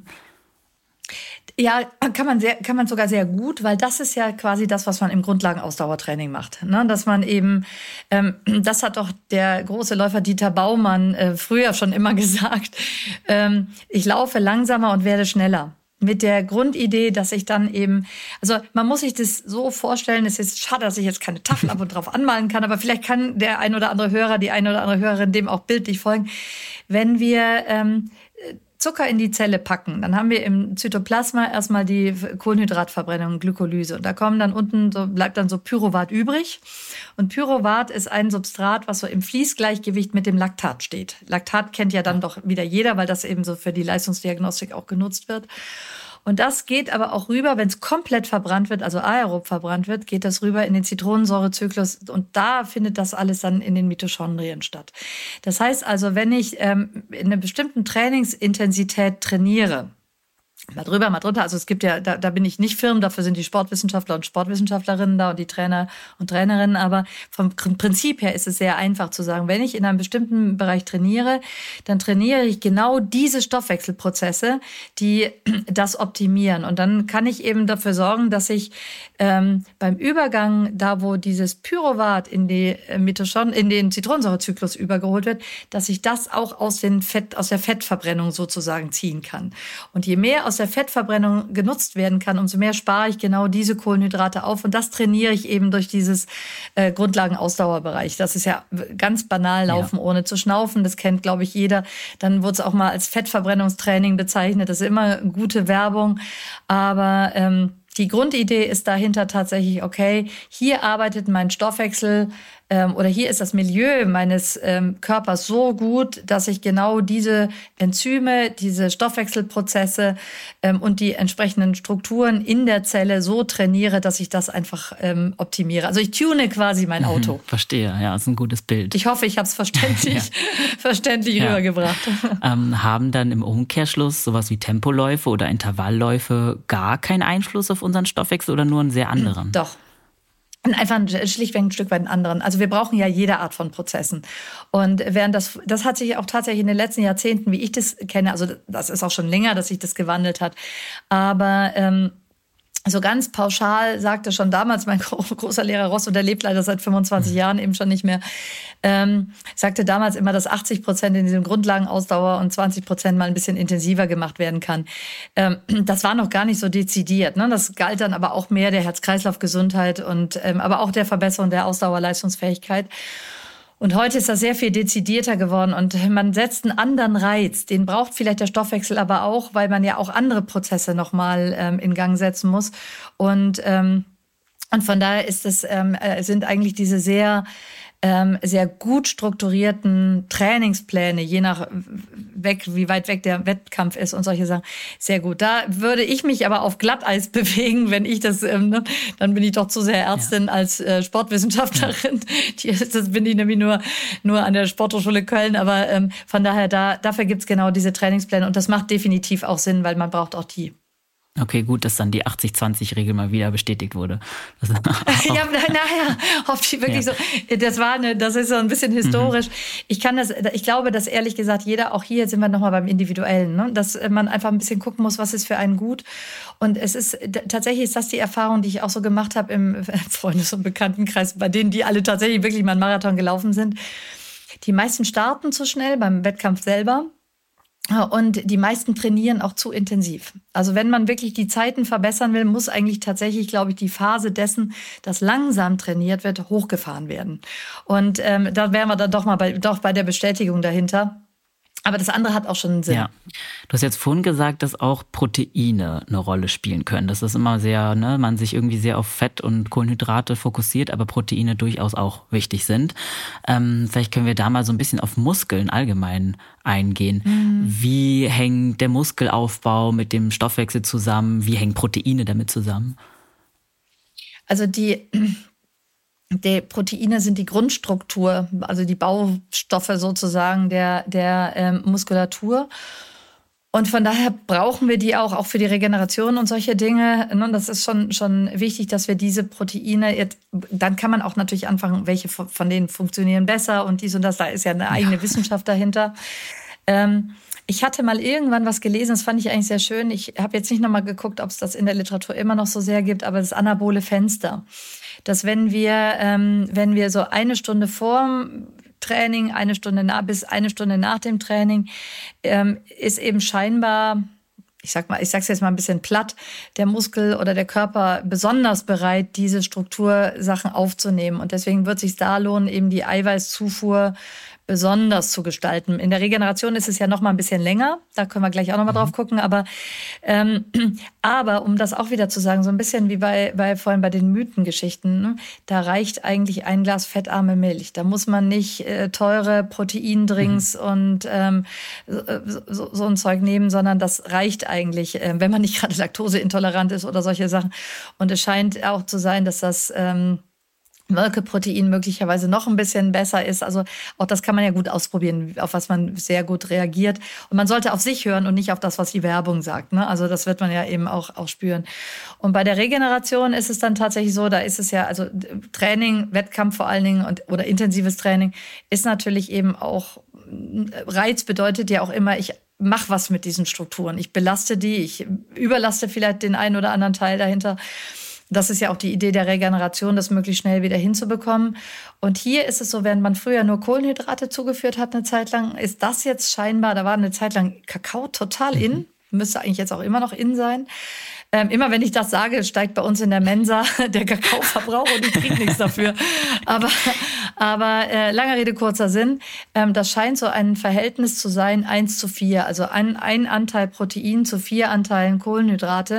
Ja, kann man sehr, kann man sogar sehr gut, weil das ist ja quasi das, was man im Grundlagenausdauertraining macht. Ne? Dass man eben, ähm, das hat doch der große Läufer Dieter Baumann äh, früher schon immer gesagt, ähm, ich laufe langsamer und werde schneller. Mit der Grundidee, dass ich dann eben, also man muss sich das so vorstellen, es ist schade, dass ich jetzt keine Tafel ab und drauf anmalen kann, aber vielleicht kann der ein oder andere Hörer, die eine oder andere Hörerin dem auch bildlich folgen. Wenn wir ähm, Zucker in die Zelle packen, dann haben wir im Zytoplasma erstmal die Kohlenhydratverbrennung, Glykolyse. Und da kommen dann unten, so bleibt dann so Pyruvat übrig. Und Pyruvat ist ein Substrat, was so im Fließgleichgewicht mit dem Laktat steht. Laktat kennt ja dann doch wieder jeder, weil das eben so für die Leistungsdiagnostik auch genutzt wird. Und das geht aber auch rüber, wenn es komplett verbrannt wird, also aerob verbrannt wird, geht das rüber in den Zitronensäurezyklus. Und da findet das alles dann in den Mitochondrien statt. Das heißt also, wenn ich ähm, in einer bestimmten Trainingsintensität trainiere, Mal drüber, mal drunter. Also es gibt ja, da, da bin ich nicht firm, dafür sind die Sportwissenschaftler und Sportwissenschaftlerinnen da und die Trainer und Trainerinnen. Aber vom Prinzip her ist es sehr einfach zu sagen, wenn ich in einem bestimmten Bereich trainiere, dann trainiere ich genau diese Stoffwechselprozesse, die das optimieren. Und dann kann ich eben dafür sorgen, dass ich ähm, beim Übergang, da wo dieses Pyruvat in die Mitochondrien, in den Zitronensäurezyklus übergeholt wird, dass ich das auch aus den Fett, aus der Fettverbrennung sozusagen ziehen kann. Und je mehr aus der Fettverbrennung genutzt werden kann, umso mehr spare ich genau diese Kohlenhydrate auf. Und das trainiere ich eben durch dieses äh, Grundlagenausdauerbereich. Das ist ja ganz banal, laufen ja. ohne zu schnaufen. Das kennt, glaube ich, jeder. Dann wurde es auch mal als Fettverbrennungstraining bezeichnet. Das ist immer gute Werbung. Aber ähm, die Grundidee ist dahinter tatsächlich, okay, hier arbeitet mein Stoffwechsel ähm, oder hier ist das Milieu meines ähm, Körpers so gut, dass ich genau diese Enzyme, diese Stoffwechselprozesse ähm, und die entsprechenden Strukturen in der Zelle so trainiere, dass ich das einfach ähm, optimiere. Also ich tune quasi mein Auto. Mhm, verstehe, ja, ist ein gutes Bild. Ich hoffe, ich habe es verständlich, ja. verständlich ja. rübergebracht. Ähm, haben dann im Umkehrschluss sowas wie Tempoläufe oder Intervallläufe gar keinen Einfluss auf unseren Stoffwechsel oder nur einen sehr anderen? Doch. Einfach schlichtweg ein Stück weit einen anderen. Also wir brauchen ja jede Art von Prozessen. Und während das, das hat sich auch tatsächlich in den letzten Jahrzehnten, wie ich das kenne, also das ist auch schon länger, dass sich das gewandelt hat. Aber ähm, so ganz pauschal sagte schon damals mein großer Lehrer Ross, und der lebt leider seit fünfundzwanzig Jahren eben schon nicht mehr, ähm, sagte damals immer, dass achtzig Prozent in diesem Grundlagenausdauer und zwanzig Prozent mal ein bisschen intensiver gemacht werden kann. Ähm, das war noch gar nicht so dezidiert. Ne? Das galt dann aber auch mehr der Herz-Kreislauf-Gesundheit und ähm, aber auch der Verbesserung der Ausdauerleistungsfähigkeit. Und heute ist das sehr viel dezidierter geworden und man setzt einen anderen Reiz. Den braucht vielleicht der Stoffwechsel aber auch, weil man ja auch andere Prozesse nochmal ähm, in Gang setzen muss. Und, ähm, und von daher ist es, ähm, sind eigentlich diese sehr ähm, sehr gut strukturierten Trainingspläne, je nach weg, wie weit weg der Wettkampf ist und solche Sachen, sehr gut. Da würde ich mich aber auf Glatteis bewegen, wenn ich das, ähm, ne, dann bin ich doch zu sehr Ärztin ja. als äh, Sportwissenschaftlerin. Ja. Die, das bin ich nämlich nur, nur an der Sporthochschule Köln, aber ähm, von daher, da, dafür gibt's genau diese Trainingspläne und das macht definitiv auch Sinn, weil man braucht auch die. Okay, gut, dass dann die achtzig zwanzig Regel mal wieder bestätigt wurde. Das ja, naja, hofft die wirklich ja. so. Das war eine, das ist so ein bisschen historisch. Mhm. Ich kann das, ich glaube, dass ehrlich gesagt jeder, auch hier sind wir nochmal beim Individuellen, ne? Dass man einfach ein bisschen gucken muss, was ist für einen gut. Und es ist, tatsächlich ist das die Erfahrung, die ich auch so gemacht habe im Freundes- und Bekanntenkreis, bei denen, die alle tatsächlich wirklich mal einen Marathon gelaufen sind. Die meisten starten zu schnell beim Wettkampf selber. Und die meisten trainieren auch zu intensiv. Also wenn man wirklich die Zeiten verbessern will, muss eigentlich tatsächlich, glaube ich, die Phase dessen, dass langsam trainiert wird, hochgefahren werden. Und ähm, da wären wir dann doch mal bei, doch bei der Bestätigung dahinter. Aber das andere hat auch schon einen Sinn. Ja. Du hast jetzt vorhin gesagt, dass auch Proteine eine Rolle spielen können. Das ist immer sehr, ne, man sich irgendwie sehr auf Fett und Kohlenhydrate fokussiert, aber Proteine durchaus auch wichtig sind. Ähm, vielleicht können wir da mal so ein bisschen auf Muskeln allgemein eingehen. Mhm. Wie hängt der Muskelaufbau mit dem Stoffwechsel zusammen? Wie hängen Proteine damit zusammen? Also die... Die Proteine sind die Grundstruktur, also die Baustoffe sozusagen der, der ähm, Muskulatur. Und von daher brauchen wir die auch, auch für die Regeneration und solche Dinge. Und das ist schon, schon wichtig, dass wir diese Proteine, jetzt, dann kann man auch natürlich anfangen, welche von denen funktionieren besser und dies und das. Da ist ja eine eigene ja. Wissenschaft dahinter. Ähm, Ich hatte mal irgendwann was gelesen, das fand ich eigentlich sehr schön. Ich habe jetzt nicht nochmal geguckt, ob es das in der Literatur immer noch so sehr gibt, aber das anabole Fenster. Dass wenn wir, ähm, wenn wir so eine Stunde vor Training, eine Stunde nach, bis eine Stunde nach dem Training, ähm, ist eben scheinbar, ich sag mal, ich sag's jetzt mal ein bisschen platt, der Muskel oder der Körper besonders bereit, diese Struktursachen aufzunehmen. Und deswegen wird es sich da lohnen, eben die Eiweißzufuhr besonders zu gestalten. In der Regeneration ist es ja noch mal ein bisschen länger. Da können wir gleich auch noch mal drauf gucken. Aber, ähm, aber um das auch wieder zu sagen, so ein bisschen wie bei, bei vorhin bei den Mythengeschichten, ne? Da reicht eigentlich ein Glas fettarme Milch. Da muss man nicht äh, teure Proteindrinks mhm. und ähm, so, so, so ein Zeug nehmen, sondern das reicht eigentlich, äh, wenn man nicht gerade laktoseintolerant ist oder solche Sachen. Und es scheint auch zu sein, dass das ähm, Molkeprotein möglicherweise noch ein bisschen besser ist. Also auch das kann man ja gut ausprobieren, auf was man sehr gut reagiert. Und man sollte auf sich hören und nicht auf das, was die Werbung sagt. Ne? Also das wird man ja eben auch, auch spüren. Und bei der Regeneration ist es dann tatsächlich so, da ist es ja, also Training, Wettkampf vor allen Dingen und oder intensives Training ist natürlich eben auch, Reiz bedeutet ja auch immer, ich mach was mit diesen Strukturen. Ich belaste die, ich überlaste vielleicht den einen oder anderen Teil dahinter. Das ist ja auch die Idee der Regeneration, das möglichst schnell wieder hinzubekommen. Und hier ist es so, während man früher nur Kohlenhydrate zugeführt hat eine Zeit lang, ist das jetzt scheinbar, da war eine Zeit lang Kakao total in, müsste eigentlich jetzt auch immer noch in sein. Ähm, immer wenn ich das sage, steigt bei uns in der Mensa der Kakaoverbrauch und ich kriege nichts dafür. Aber, aber äh, langer Rede, kurzer Sinn, ähm, das scheint so ein Verhältnis zu sein, eins zu vier. Also ein, ein Anteil Protein zu vier Anteilen Kohlenhydrate.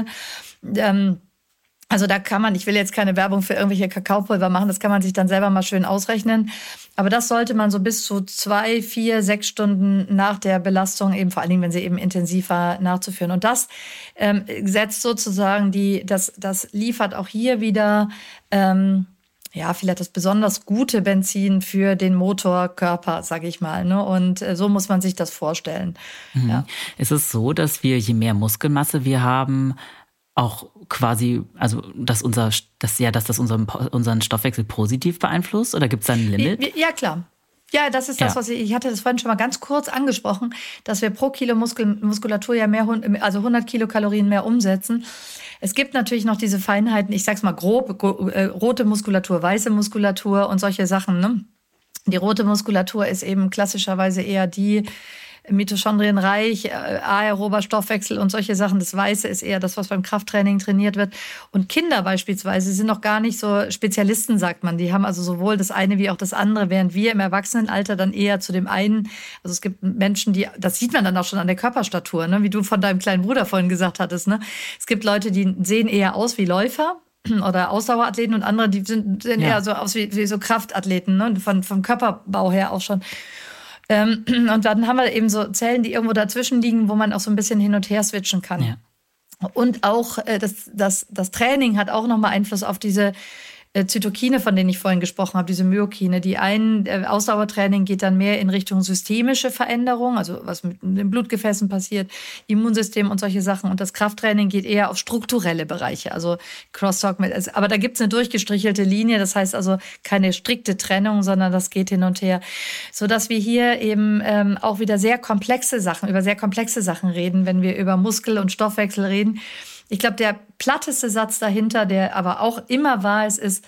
Ähm, Also da kann man, ich will jetzt keine Werbung für irgendwelche Kakaopulver machen, das kann man sich dann selber mal schön ausrechnen. Aber das sollte man so bis zu zwei, vier, sechs Stunden nach der Belastung, eben vor allen Dingen, wenn sie eben intensiver nachzuführen. Und das ähm, setzt sozusagen die, das, das liefert auch hier wieder, ähm, ja, vielleicht das besonders gute Benzin für den Motorkörper, sage ich mal. Ne? Und äh, so muss man sich das vorstellen. Mhm. Ja. Ist es so, dass wir, je mehr Muskelmasse wir haben, auch quasi, also dass unser, dass ja, dass das unseren, unseren Stoffwechsel positiv beeinflusst? Oder gibt es da ein Limit? Ja, klar. Ja, das ist das, Ja. was ich, ich hatte das vorhin schon mal ganz kurz angesprochen, dass wir pro Kilo Muskel, Muskulatur ja mehr, also hundert Kilokalorien mehr umsetzen. Es gibt natürlich noch diese Feinheiten, ich sag's mal grob, äh, rote Muskulatur, weiße Muskulatur und solche Sachen. Ne? Die rote Muskulatur ist eben klassischerweise eher die mitochondrienreich, äh, aerober Stoffwechsel und solche Sachen. Das Weiße ist eher das, was beim Krafttraining trainiert wird. Und Kinder beispielsweise sind noch gar nicht so Spezialisten, sagt man. Die haben also sowohl das eine wie auch das andere, während wir im Erwachsenenalter dann eher zu dem einen, also es gibt Menschen, die, das sieht man dann auch schon an der Körperstatur, ne? Wie du von deinem kleinen Bruder vorhin gesagt hattest. Ne? Es gibt Leute, die sehen eher aus wie Läufer oder Ausdauerathleten und andere, die sind, sehen Ja. eher so aus wie, wie so Kraftathleten, ne? Von, vom Körperbau her auch schon. Ähm, und dann haben wir eben so Zellen, die irgendwo dazwischen liegen, wo man auch so ein bisschen hin und her switchen kann. Ja. Und auch äh, das, das, das Training hat auch nochmal Einfluss auf diese äh, Zytokine, von denen ich vorhin gesprochen habe, diese Myokine. Die einen, äh, Ausdauertraining geht dann mehr in Richtung systemische Veränderung, also was mit den Blutgefäßen passiert, Immunsystem und solche Sachen. Und das Krafttraining geht eher auf strukturelle Bereiche, also Crosstalk mit. Also, aber da gibt's eine durchgestrichelte Linie, das heißt also keine strikte Trennung, sondern das geht hin und her, sodass wir hier eben ähm, auch wieder sehr komplexe Sachen, über sehr komplexe Sachen reden, wenn wir über Muskel- und Stoffwechsel reden. Ich glaube, der platteste Satz dahinter, der aber auch immer wahr ist, ist,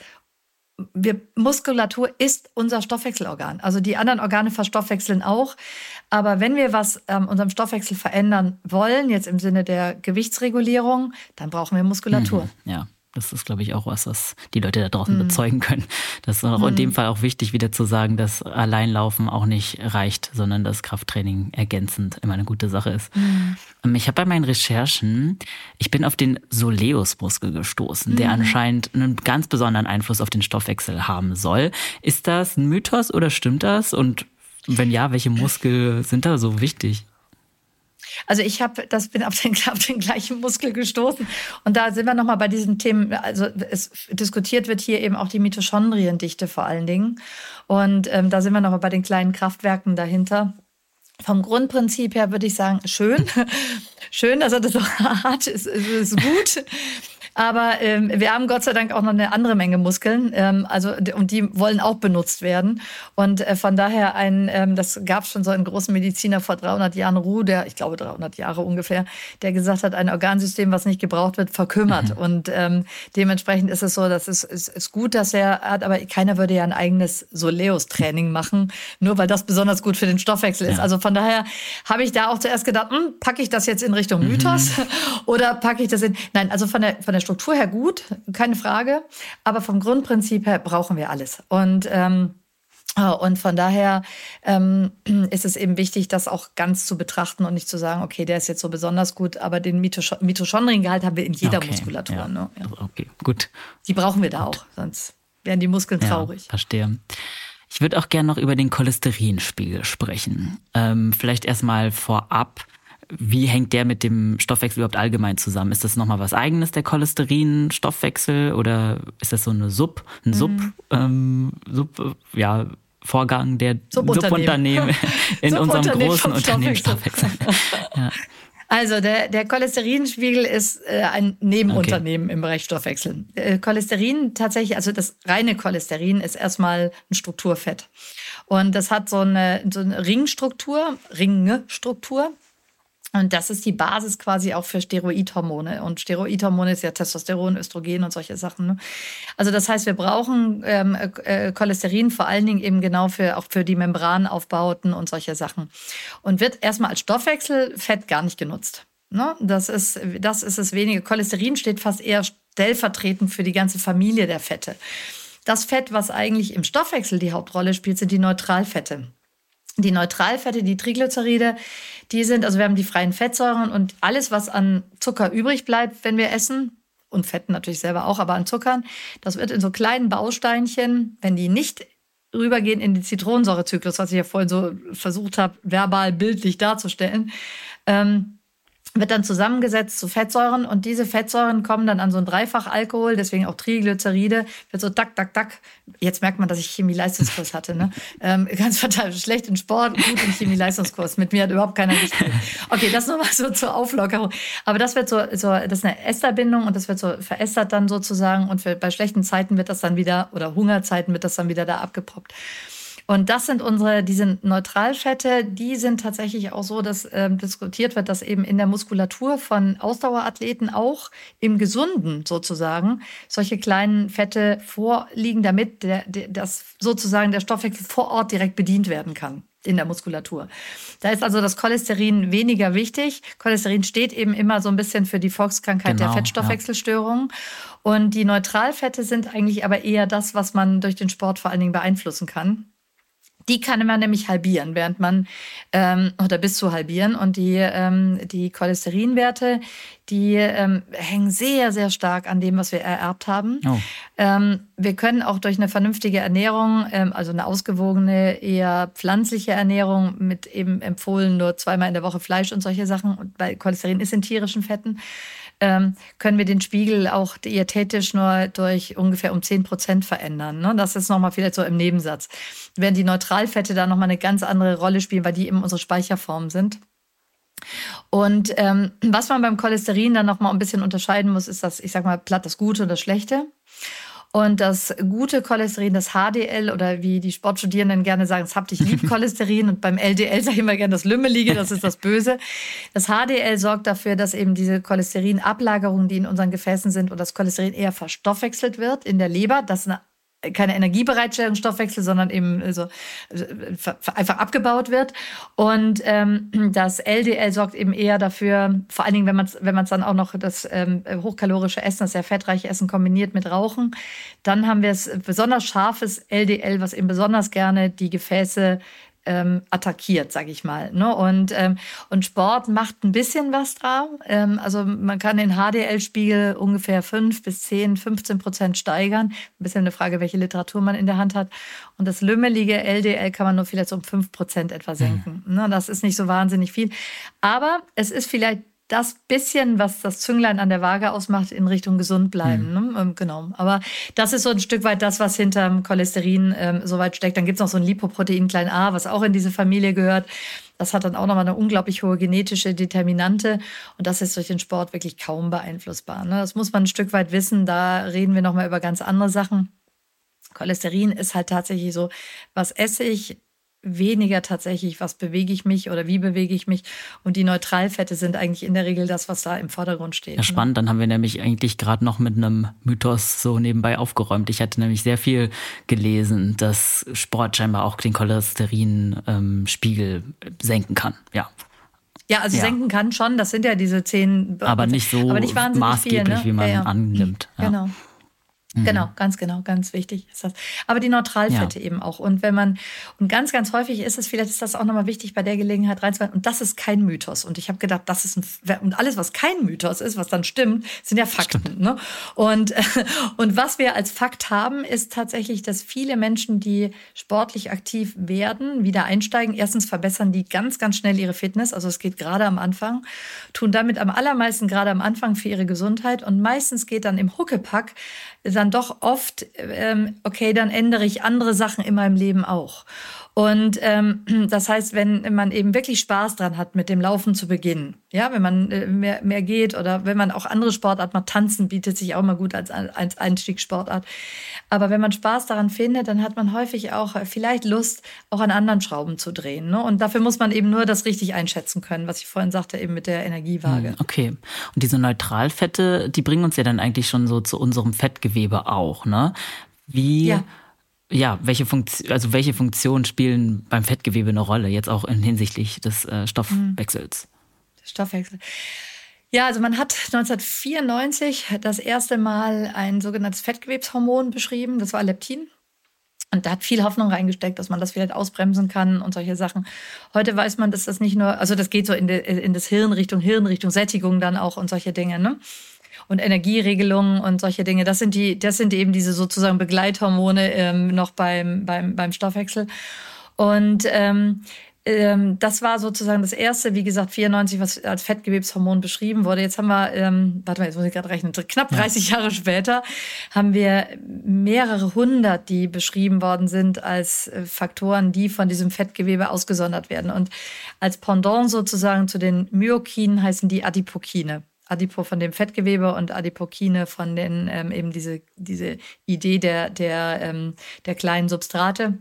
wir, Muskulatur ist unser Stoffwechselorgan. Also die anderen Organe verstoffwechseln auch. Aber wenn wir was an ähm, unserem Stoffwechsel verändern wollen, jetzt im Sinne der Gewichtsregulierung, dann brauchen wir Muskulatur. Mhm, ja. Das ist, glaube ich, auch was, was die Leute da draußen Mhm. bezeugen können. Das ist auch in dem Fall auch wichtig, wieder zu sagen, dass Alleinlaufen auch nicht reicht, sondern dass Krafttraining ergänzend immer eine gute Sache ist. Mhm. Ich habe bei meinen Recherchen, ich bin auf den Soleus-Muskel gestoßen, der Mhm. anscheinend einen ganz besonderen Einfluss auf den Stoffwechsel haben soll. Ist das ein Mythos oder stimmt das? Und wenn ja, welche Muskel sind da so wichtig? Also ich habe, das bin auf den, auf den gleichen Muskel gestoßen. Und da sind wir nochmal bei diesen Themen, also es diskutiert wird hier eben auch die Mitochondriendichte vor allen Dingen. Und ähm, da sind wir nochmal bei den kleinen Kraftwerken dahinter. Vom Grundprinzip her würde ich sagen, schön. Schön, dass er das so hat, ist, ist, ist gut. Aber ähm, wir haben Gott sei Dank auch noch eine andere Menge Muskeln. Ähm, also, und die wollen auch benutzt werden. Und äh, von daher, ein, ähm, das gab es schon so einen großen Mediziner vor dreihundert Jahren, Ruh, der, ich glaube dreihundert Jahre ungefähr, der gesagt hat, ein Organsystem, was nicht gebraucht wird, verkümmert. Mhm. Und ähm, dementsprechend ist es so, dass es ist, ist gut, dass er hat, aber keiner würde ja ein eigenes Soleus-Training machen, nur weil das besonders gut für den Stoffwechsel ist. Ja. Also von daher habe ich da auch zuerst gedacht, hm, packe ich das jetzt in Richtung Mythos mhm. oder packe ich das in... Nein, also von der, von der Struktur her gut, keine Frage. Aber vom Grundprinzip her brauchen wir alles. Und, ähm, und von daher ähm, ist es eben wichtig, das auch ganz zu betrachten und nicht zu sagen, okay, der ist jetzt so besonders gut, aber den Mitoch- Mitochondriengehalt haben wir in jeder okay, Muskulatur. Ja. Ne? Ja. Okay, gut. Die brauchen wir da gut. auch, sonst wären die Muskeln traurig. Ja, verstehe. Ich würde auch gerne noch über den Cholesterinspiegel sprechen. Ähm, vielleicht erstmal vorab. wie hängt der mit dem Stoffwechsel überhaupt allgemein zusammen? Ist das nochmal was Eigenes, der Cholesterin-Stoffwechsel, oder ist das so eine Sub, ein Sub, mhm. ähm, Sub, ja, Vorgang der Subunternehmen in unserem großen Unternehmen Stoffwechsel? Ja. Also der, der Cholesterinspiegel ist äh, ein Nebenunternehmen okay. im Bereich Stoffwechsel. Äh, Cholesterin tatsächlich, also das reine Cholesterin ist erstmal ein Strukturfett. Und das hat so eine, so eine Ringstruktur, Ringstruktur. Und das ist die Basis quasi auch für Steroidhormone. Und Steroidhormone ist ja Testosteron, Östrogen und solche Sachen. Ne? Also das heißt, wir brauchen ähm, äh, Cholesterin vor allen Dingen eben genau für auch für die Membranaufbauten und solche Sachen. Und wird erstmal als Stoffwechselfett gar nicht genutzt. Ne? Das ist, das ist es wenige. Cholesterin steht fast eher stellvertretend für die ganze Familie der Fette. Das Fett, was eigentlich im Stoffwechsel die Hauptrolle spielt, sind die Neutralfette. Die Neutralfette, die Triglyceride, die sind, also wir haben die freien Fettsäuren und alles, was an Zucker übrig bleibt, wenn wir essen, und Fetten natürlich selber auch, aber an Zuckern, das wird in so kleinen Bausteinchen, wenn die nicht rübergehen in den Zitronensäurezyklus, was ich ja vorhin so versucht habe, verbal, bildlich darzustellen, ähm, wird dann zusammengesetzt zu Fettsäuren und diese Fettsäuren kommen dann an so ein Dreifachalkohol, deswegen auch Triglyceride, wird so tak, tak, tak. Jetzt merkt man, dass ich Chemie-Leistungskurs hatte, ne? ähm, ganz total schlecht in Sport, gut im Chemie-Leistungskurs. Mit mir hat überhaupt keiner gespielt. Okay, das nur mal so zur Auflockerung. Aber das wird so, so das ist eine Esterbindung und das wird so verästert dann sozusagen und für, bei schlechten Zeiten wird das dann wieder, oder Hungerzeiten wird das dann wieder da abgepoppt. Und das sind unsere, diese Neutralfette, die sind tatsächlich auch so, dass ähm, diskutiert wird, dass eben in der Muskulatur von Ausdauerathleten auch im Gesunden sozusagen solche kleinen Fette vorliegen, damit der, der, das sozusagen der Stoffwechsel vor Ort direkt bedient werden kann in der Muskulatur. Da ist also das Cholesterin weniger wichtig. Cholesterin steht eben immer so ein bisschen für die Volkskrankheit genau, der Fettstoffwechselstörungen. Ja. Und die Neutralfette sind eigentlich aber eher das, was man durch den Sport vor allen Dingen beeinflussen kann. Die kann man nämlich halbieren, während man, ähm, oder bis zu halbieren. Und die, ähm, die Cholesterinwerte, die ähm, hängen sehr, sehr stark an dem, was wir ererbt haben. Oh. Ähm, wir können auch durch eine vernünftige Ernährung, ähm, also eine ausgewogene, eher pflanzliche Ernährung mit eben empfohlen nur zweimal in der Woche Fleisch und solche Sachen, und weil Cholesterin ist in tierischen Fetten, Ähm, können wir den Spiegel auch diätetisch nur durch ungefähr um zehn Prozent verändern. Ne? Das ist nochmal vielleicht so im Nebensatz. Während die Neutralfette da nochmal eine ganz andere Rolle spielen, weil die eben unsere Speicherform sind. Und ähm, was man beim Cholesterin dann nochmal ein bisschen unterscheiden muss, ist das, ich sag mal platt, das Gute und das Schlechte. Und das gute Cholesterin, das H D L, oder wie die Sportstudierenden gerne sagen, das haptisch lieb Cholesterin, und beim L D L sage ich immer gerne das Lümmelige, das ist das Böse. Das H D L sorgt dafür, dass eben diese Cholesterinablagerungen, die in unseren Gefäßen sind, und das Cholesterin eher verstoffwechselt wird in der Leber. Das ist eine keine Energiebereitstellung, Stoffwechsel, sondern eben so einfach abgebaut wird. Und ähm, das L D L sorgt eben eher dafür, vor allen Dingen, wenn man es wenn man es dann auch noch das ähm, hochkalorische Essen, das sehr fettreiche Essen kombiniert mit Rauchen, dann haben wir es besonders scharfes L D L, was eben besonders gerne die Gefäße Ähm, attackiert, sage ich mal. Ne? Und, ähm, und Sport macht ein bisschen was dran. Ähm, also man kann den H D L-Spiegel ungefähr fünf bis zehn, fünfzehn Prozent steigern. Ein bisschen eine Frage, welche Literatur man in der Hand hat. Und das lümmelige L D L kann man nur vielleicht so um fünf Prozent etwa senken. Mhm. Ne? Das ist nicht so wahnsinnig viel. Aber es ist vielleicht das bisschen, was das Zünglein an der Waage ausmacht, in Richtung gesund bleiben. Mhm. Ne? Genau. Aber das ist so ein Stück weit das, was hinterm Cholesterin ähm, so weit steckt. Dann gibt es noch so ein Lipoprotein klein a, was auch in diese Familie gehört. Das hat dann auch nochmal eine unglaublich hohe genetische Determinante. Und das ist durch den Sport wirklich kaum beeinflussbar. Ne? Das muss man ein Stück weit wissen. Da reden wir nochmal über ganz andere Sachen. Cholesterin ist halt tatsächlich so, was esse ich, weniger tatsächlich, was bewege ich mich oder wie bewege ich mich. Und die Neutralfette sind eigentlich in der Regel das, was da im Vordergrund steht. Ja, spannend. Ne? Dann haben wir nämlich eigentlich gerade noch mit einem Mythos so nebenbei aufgeräumt. Ich hatte nämlich sehr viel gelesen, dass Sport scheinbar auch den Cholesterinspiegel ähm, senken kann. Ja. Ja, also ja. senken kann schon. Das sind ja diese zehn. Aber nicht so aber nicht maßgeblich, viel, ne? wie man ja, ja. annimmt. Ja. Genau. Genau, ganz genau, ganz wichtig ist das. Aber die Neutralfette ja. eben auch. Und wenn man, und ganz, ganz häufig ist es, vielleicht ist das auch nochmal wichtig, bei der Gelegenheit reinzuhalten, und das ist kein Mythos. Und ich habe gedacht, das ist ein, und alles, was kein Mythos ist, was dann stimmt, sind ja Fakten. Ne? Und, und was wir als Fakt haben, ist tatsächlich, dass viele Menschen, die sportlich aktiv werden, wieder einsteigen. Erstens verbessern die ganz, ganz schnell ihre Fitness. Also es geht gerade am Anfang, tun damit am allermeisten gerade am Anfang für ihre Gesundheit. Und meistens geht dann im Huckepack dann doch oft, ähm, okay, dann ändere ich andere Sachen in meinem Leben auch. Und ähm, das heißt, wenn man eben wirklich Spaß dran hat, mit dem Laufen zu beginnen, ja, wenn man äh, mehr, mehr geht oder wenn man auch andere Sportarten macht, Tanzen bietet sich auch mal gut als, als Einstiegssportart. Aber wenn man Spaß daran findet, dann hat man häufig auch vielleicht Lust, auch an anderen Schrauben zu drehen. Ne? Und dafür muss man eben nur das richtig einschätzen können, was ich vorhin sagte, eben mit der Energiewaage. Okay. Und diese Neutralfette, die bringen uns ja dann eigentlich schon so zu unserem Fettgewebe auch, ne? Wie... Ja. Ja, welche Funktion, also welche Funktionen spielen beim Fettgewebe eine Rolle, jetzt auch in hinsichtlich des äh, Stoffwechsels? Der Stoffwechsel. Ja, also man hat neunzehnhundertvierundneunzig das erste Mal ein sogenanntes Fettgewebshormon beschrieben, das war Leptin. Und da hat viel Hoffnung reingesteckt, dass man das vielleicht ausbremsen kann und solche Sachen. Heute weiß man, dass das nicht nur, also das geht so in, de, in das Hirn, Richtung Hirn, Richtung Sättigung dann auch und solche Dinge, ne? Und Energieregelungen und solche Dinge. Das sind die, das sind eben diese sozusagen Begleithormone ähm, noch beim, beim, beim Stoffwechsel. Und ähm, ähm, das war sozusagen das erste, wie gesagt, vierundneunzig, was als Fettgewebshormon beschrieben wurde. Jetzt haben wir, ähm, warte mal, jetzt muss ich gerade rechnen, knapp dreißig ja. Jahre später haben wir mehrere hundert, die beschrieben worden sind als Faktoren, die von diesem Fettgewebe ausgesondert werden. Und als Pendant sozusagen zu den Myokinen heißen die Adipokine. Adipo von dem Fettgewebe und Adipokine von den ähm, eben diese diese Idee der der ähm, der kleinen Substrate.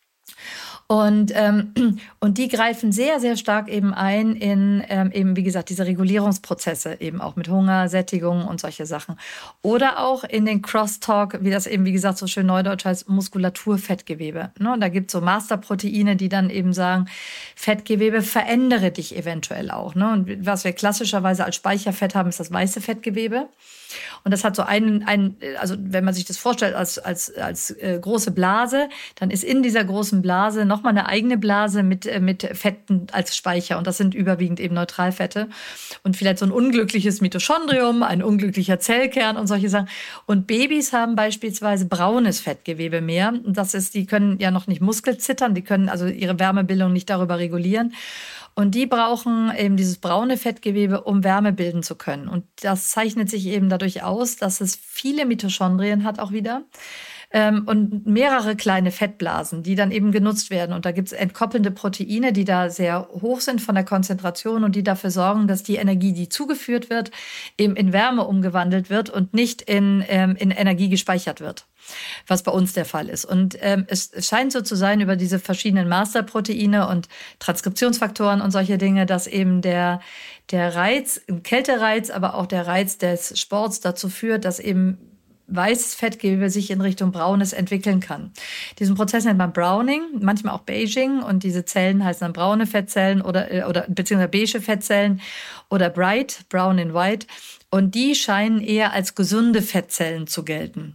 Und, ähm, und die greifen sehr, sehr stark eben ein in ähm, eben, wie gesagt, diese Regulierungsprozesse, eben auch mit Hunger, Sättigung und solche Sachen. Oder auch in den Crosstalk, wie das eben, wie gesagt, so schön neudeutsch heißt, Muskulaturfettgewebe. Ne? Und da gibt es so Masterproteine, die dann eben sagen, Fettgewebe verändere dich eventuell auch. Ne? Und was wir klassischerweise als Speicherfett haben, ist das weiße Fettgewebe. Und das hat so einen, einen, also wenn man sich das vorstellt als, als, als äh, große Blase, dann ist in dieser großen Blase nochmal eine eigene Blase mit, äh, mit Fetten als Speicher. Und das sind überwiegend eben Neutralfette. Und vielleicht so ein unglückliches Mitochondrium, ein unglücklicher Zellkern und solche Sachen. Und Babys haben beispielsweise braunes Fettgewebe mehr. Und das ist, die können ja noch nicht Muskelzittern, die können also ihre Wärmebildung nicht darüber regulieren. Und die brauchen eben dieses braune Fettgewebe, um Wärme bilden zu können. Und das zeichnet sich eben dadurch aus, dass es viele Mitochondrien hat auch wieder ähm, und mehrere kleine Fettblasen, die dann eben genutzt werden. Und da gibt es entkoppelnde Proteine, die da sehr hoch sind von der Konzentration und die dafür sorgen, dass die Energie, die zugeführt wird, eben in Wärme umgewandelt wird und nicht in, ähm, in Energie gespeichert wird, was bei uns der Fall ist. Und ähm, es scheint so zu sein über diese verschiedenen Masterproteine und Transkriptionsfaktoren und solche Dinge, dass eben der, der Reiz, Kältereiz, aber auch der Reiz des Sports dazu führt, dass eben weißes Fettgewebe sich in Richtung braunes entwickeln kann. Diesen Prozess nennt man Browning, manchmal auch Beiging, und diese Zellen heißen dann braune Fettzellen oder, oder beziehungsweise beige Fettzellen oder Bright, Brown and White. Und die scheinen eher als gesunde Fettzellen zu gelten.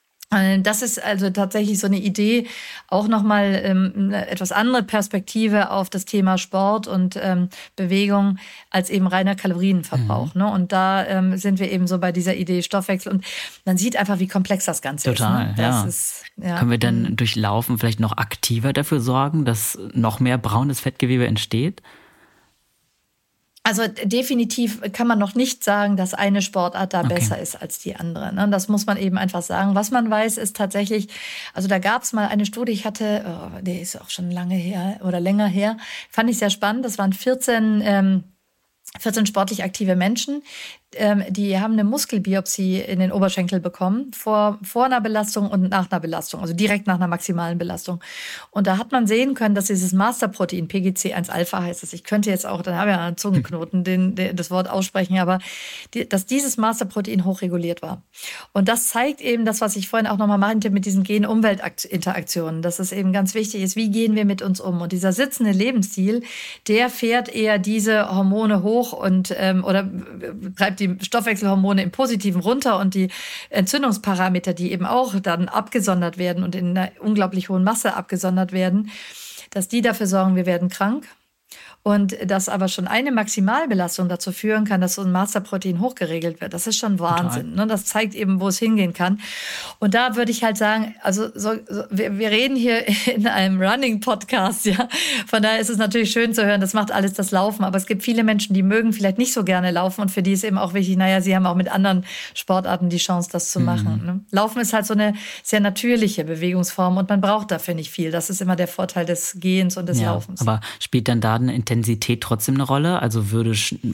Das ist also tatsächlich so eine Idee, auch nochmal ähm, eine etwas andere Perspektive auf das Thema Sport und ähm, Bewegung als eben reiner Kalorienverbrauch. Mhm. Ne? Und da ähm, sind wir eben so bei dieser Idee Stoffwechsel. Und man sieht einfach, wie komplex das Ganze Total, ist. Ne? Das ja. ist, ja. Können wir dann durch Laufen vielleicht noch aktiver dafür sorgen, dass noch mehr braunes Fettgewebe entsteht? Also definitiv kann man noch nicht sagen, dass eine Sportart da okay. besser ist als die andere. Ne? Das muss man eben einfach sagen. Was man weiß, ist tatsächlich, also da gab es mal eine Studie, ich hatte, oh, die ist auch schon lange her oder länger her, fand ich sehr spannend. Das waren vierzehn, ähm, vierzehn sportlich aktive Menschen, ähm, die haben eine Muskelbiopsie in den Oberschenkel bekommen, vor, vor einer Belastung und nach einer Belastung, also direkt nach einer maximalen Belastung. Und da hat man sehen können, dass dieses Masterprotein, P G C eins Alpha heißt es, ich könnte jetzt auch, dann habe ich ja einen Zungenknoten, den, den, das Wort aussprechen, aber die, dass dieses Masterprotein hochreguliert war. Und das zeigt eben das, was ich vorhin auch nochmal meinte mit diesen Gen-Umwelt-Interaktionen, dass es eben ganz wichtig ist, wie gehen wir mit uns um? Und dieser sitzende Lebensstil, der fährt eher diese Hormone hoch und ähm, oder treibt schreibt die Stoffwechselhormone im Positiven runter und die Entzündungsparameter, die eben auch dann abgesondert werden und in einer unglaublich hohen Masse abgesondert werden, dass die dafür sorgen, wir werden krank. Und dass aber schon eine Maximalbelastung dazu führen kann, dass so ein Masterprotein hochgeregelt wird. Das ist schon Wahnsinn. Ne? Das zeigt eben, wo es hingehen kann. Und da würde ich halt sagen, also so, so, wir, wir reden hier in einem Running-Podcast, ja. Von daher ist es natürlich schön zu hören, das macht alles das Laufen. Aber es gibt viele Menschen, die mögen vielleicht nicht so gerne laufen. Und für die ist eben auch wichtig, naja, sie haben auch mit anderen Sportarten die Chance, das zu machen. Mhm. Ne? Laufen ist halt so eine sehr natürliche Bewegungsform und man braucht dafür nicht viel. Das ist immer der Vorteil des Gehens und des ja, Laufens. Aber spielt dann da eine Intensität trotzdem eine Rolle? Also würde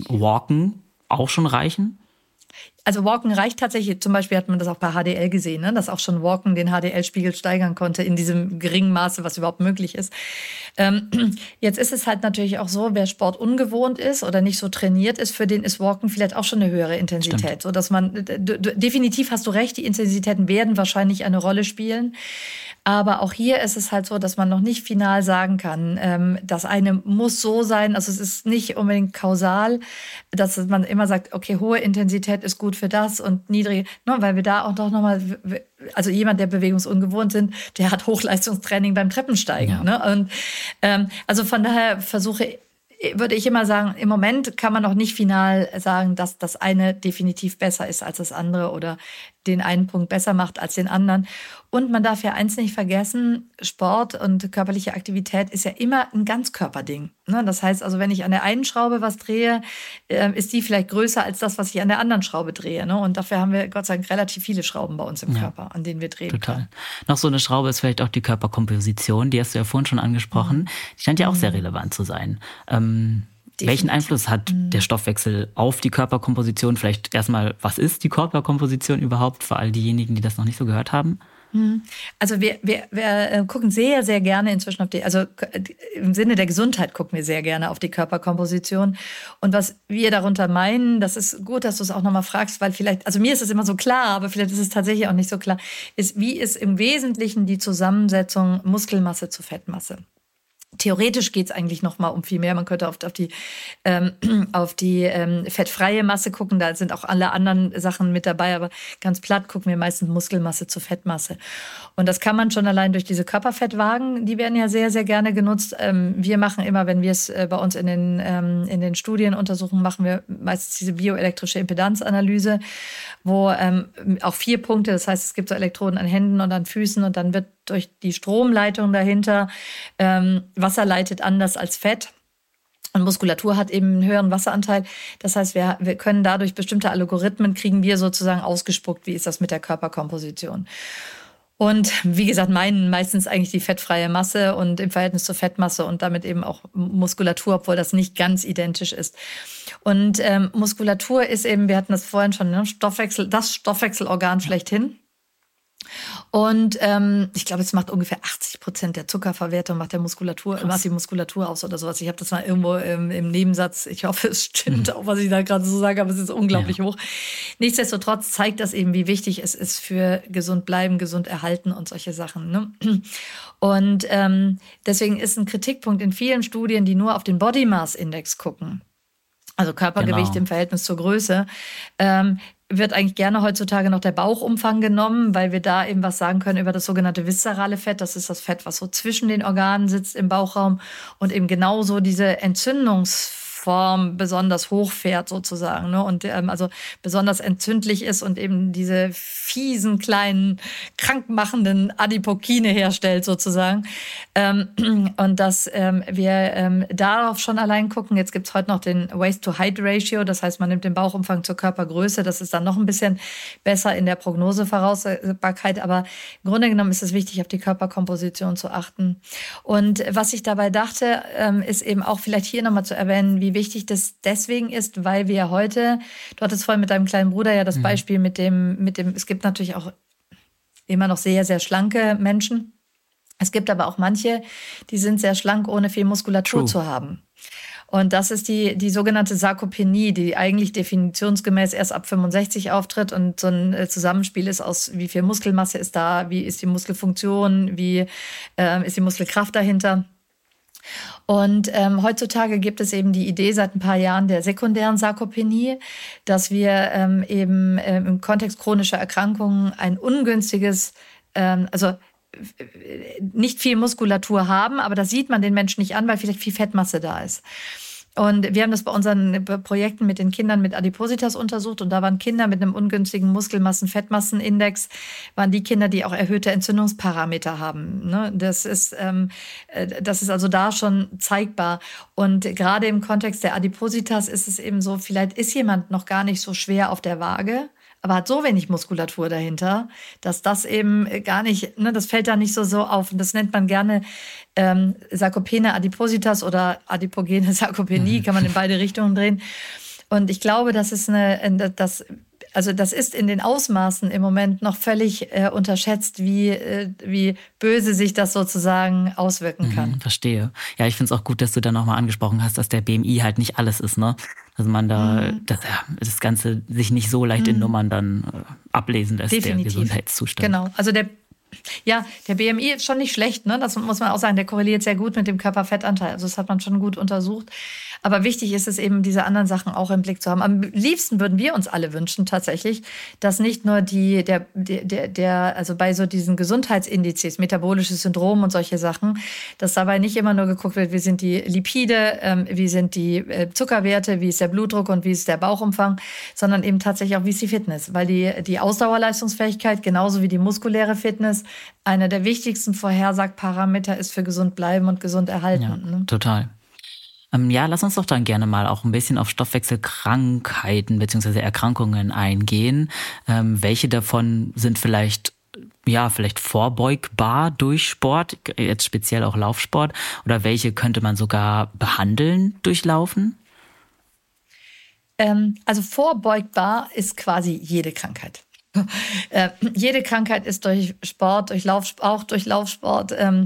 Walken auch schon reichen? Also Walken reicht tatsächlich. Zum Beispiel hat man das auch bei H D L gesehen, ne? Dass auch schon Walken den H D L-Spiegel steigern konnte in diesem geringen Maße, was überhaupt möglich ist. Ähm, jetzt ist es halt natürlich auch so, wer Sport ungewohnt ist oder nicht so trainiert ist, für den ist Walken vielleicht auch schon eine höhere Intensität. Stimmt. So dass man, du, du, definitiv hast du recht, die Intensitäten werden wahrscheinlich eine Rolle spielen. Aber auch hier ist es halt so, dass man noch nicht final sagen kann, ähm, das eine muss so sein. Also es ist nicht unbedingt kausal, dass man immer sagt, okay, hohe Intensität ist gut für das und niedrige, ne, weil wir da auch doch nochmal, also jemand, der bewegungsungewohnt sind, der hat Hochleistungstraining beim Treppensteigen. Ja. Ne? Und ähm, also von daher versuche würde ich immer sagen, im Moment kann man noch nicht final sagen, dass das eine definitiv besser ist als das andere oder den einen Punkt besser macht als den anderen. Und man darf ja eins nicht vergessen, Sport und körperliche Aktivität ist ja immer ein Ganzkörperding. Das heißt also, wenn ich an der einen Schraube was drehe, ist die vielleicht größer als das, was ich an der anderen Schraube drehe. Und dafür haben wir Gott sei Dank relativ viele Schrauben bei uns im ja, Körper, an denen wir drehen total. können. Noch so eine Schraube ist vielleicht auch die Körperkomposition, die hast du ja vorhin schon angesprochen. Mhm. Die scheint ja auch mhm. sehr relevant zu sein. Ähm, welchen Einfluss hat mhm. der Stoffwechsel auf die Körperkomposition? Vielleicht erstmal, was ist die Körperkomposition überhaupt für all diejenigen, die das noch nicht so gehört haben? Also wir, wir, wir gucken sehr, sehr gerne inzwischen auf die, also im Sinne der Gesundheit gucken wir sehr gerne auf die Körperkomposition. Und was wir darunter meinen, das ist gut, dass du es auch nochmal fragst, weil vielleicht, also mir ist es immer so klar, aber vielleicht ist es tatsächlich auch nicht so klar, ist, wie ist im Wesentlichen die Zusammensetzung Muskelmasse zu Fettmasse. Theoretisch geht's eigentlich noch mal um viel mehr. Man könnte auf, auf die, ähm, auf die ähm, fettfreie Masse gucken. Da sind auch alle anderen Sachen mit dabei. Aber ganz platt gucken wir meistens Muskelmasse zu Fettmasse. Und das kann man schon allein durch diese Körperfettwagen. Die werden ja sehr, sehr gerne genutzt. Ähm, wir machen immer, wenn wir es äh, bei uns in den, ähm, in den Studien untersuchen, machen wir meistens diese bioelektrische Impedanzanalyse, wo ähm, auch vier Punkte, das heißt, es gibt so Elektroden an Händen und an Füßen und dann wird durch die Stromleitung dahinter, ähm, Wasser leitet anders als Fett. Und Muskulatur hat eben einen höheren Wasseranteil. Das heißt, wir, wir können dadurch bestimmte Algorithmen kriegen wir sozusagen ausgespuckt. Wie ist das mit der Körperkomposition? Und wie gesagt, meinen meistens eigentlich die fettfreie Masse und im Verhältnis zur Fettmasse und damit eben auch Muskulatur, obwohl das nicht ganz identisch ist. Und ähm, Muskulatur ist eben, wir hatten das vorhin schon, ne, Stoffwechsel, das Stoffwechselorgan schlechthin. Und ähm, ich glaube, es macht ungefähr achtzig Prozent der Zuckerverwertung, macht der Muskulatur, Krass. macht die Muskulatur aus oder sowas. Ich habe das mal irgendwo im, im Nebensatz, ich hoffe, es stimmt mhm. auch, was ich da gerade so sage, aber es ist unglaublich ja. hoch. Nichtsdestotrotz zeigt das eben, wie wichtig es ist für gesund bleiben, gesund erhalten und solche Sachen. Ne? Und ähm, deswegen ist ein Kritikpunkt in vielen Studien, die nur auf den Body Mass Index gucken, also Körpergewicht genau. im Verhältnis zur Größe, ähm, wird eigentlich gerne heutzutage noch der Bauchumfang genommen, weil wir da eben was sagen können über das sogenannte viszerale Fett. Das ist das Fett, was so zwischen den Organen sitzt im Bauchraum und eben genauso diese Entzündungsform besonders hochfährt sozusagen, ne? Und ähm, also besonders entzündlich ist und eben diese fiesen, kleinen, krankmachenden Adipokine herstellt sozusagen. Ähm, und dass ähm, wir ähm, darauf schon allein gucken. Jetzt gibt's heute noch den Waist-to-Height-Ratio. Das heißt, man nimmt den Bauchumfang zur Körpergröße. Das ist dann noch ein bisschen besser in der Prognosevoraussagbarkeit. Aber im Grunde genommen ist es wichtig, auf die Körperkomposition zu achten. Und was ich dabei dachte, ähm, ist eben auch vielleicht hier nochmal zu erwähnen, wie wichtig das deswegen ist, weil wir heute, du hattest vorhin mit deinem kleinen Bruder ja das mhm. Beispiel mit dem, mit dem, es gibt natürlich auch immer noch sehr, sehr schlanke Menschen. Es gibt aber auch manche, die sind sehr schlank, ohne viel Muskulatur True. zu haben. Und das ist die, die sogenannte Sarkopenie, die eigentlich definitionsgemäß erst ab fünfundsechzig auftritt und so ein Zusammenspiel ist aus, wie viel Muskelmasse ist da, wie ist die Muskelfunktion, wie äh, ist die Muskelkraft dahinter. Und ähm, heutzutage gibt es eben die Idee seit ein paar Jahren der sekundären Sarkopenie, dass wir ähm, eben ähm, im Kontext chronischer Erkrankungen ein ungünstiges, ähm, also nicht viel Muskulatur haben, aber das sieht man den Menschen nicht an, weil vielleicht viel Fettmasse da ist. Und wir haben das bei unseren Projekten mit den Kindern mit Adipositas untersucht und da waren Kinder mit einem ungünstigen Muskelmassen-Fettmassenindex, waren die Kinder, die auch erhöhte Entzündungsparameter haben. Ne? Das ist, ähm, das ist also da schon zeigbar. Und gerade im Kontext der Adipositas ist es eben so, vielleicht ist jemand noch gar nicht so schwer auf der Waage, aber hat so wenig Muskulatur dahinter, dass das eben gar nicht, ne, das fällt da nicht so so auf. Und das nennt man gerne ähm, Sarkopene Adipositas oder adipogene Sarkopenie, kann man in beide Richtungen drehen. Und ich glaube, das ist eine, das, also das ist in den Ausmaßen im Moment noch völlig äh, unterschätzt, wie, äh, wie böse sich das sozusagen auswirken kann. Mhm, verstehe. Ja, ich finde es auch gut, dass du da nochmal angesprochen hast, dass der B M I halt nicht alles ist, ne? Also man da mhm. das, ja, das Ganze sich nicht so leicht in mhm. Nummern dann äh, ablesen lässt, Definitiv. Der Gesundheitszustand. Genau, also der Ja, der B M I ist schon nicht schlecht, ne? Das muss man auch sagen. Der korreliert sehr gut mit dem Körperfettanteil. Also das hat man schon gut untersucht. Aber wichtig ist es eben, diese anderen Sachen auch im Blick zu haben. Am liebsten würden wir uns alle wünschen tatsächlich, dass nicht nur die, der, der, der, also bei so diesen Gesundheitsindizes, metabolisches Syndrom und solche Sachen, dass dabei nicht immer nur geguckt wird, wie sind die Lipide, ähm, wie sind die äh, Zuckerwerte, wie ist der Blutdruck und wie ist der Bauchumfang, sondern eben tatsächlich auch, wie ist die Fitness. Weil die, die Ausdauerleistungsfähigkeit, genauso wie die muskuläre Fitness, einer der wichtigsten Vorhersagparameter ist für gesund bleiben und gesund erhalten. Ja, ne? Total. Ähm, ja, lass uns doch dann gerne mal auch ein bisschen auf Stoffwechselkrankheiten bzw. Erkrankungen eingehen. Ähm, welche davon sind vielleicht, ja, vielleicht vorbeugbar durch Sport, jetzt speziell auch Laufsport, oder welche könnte man sogar behandeln durch Laufen? Ähm, also vorbeugbar ist quasi jede Krankheit. Äh, jede Krankheit ist durch Sport, durch Laufsport, auch durch Laufsport ähm,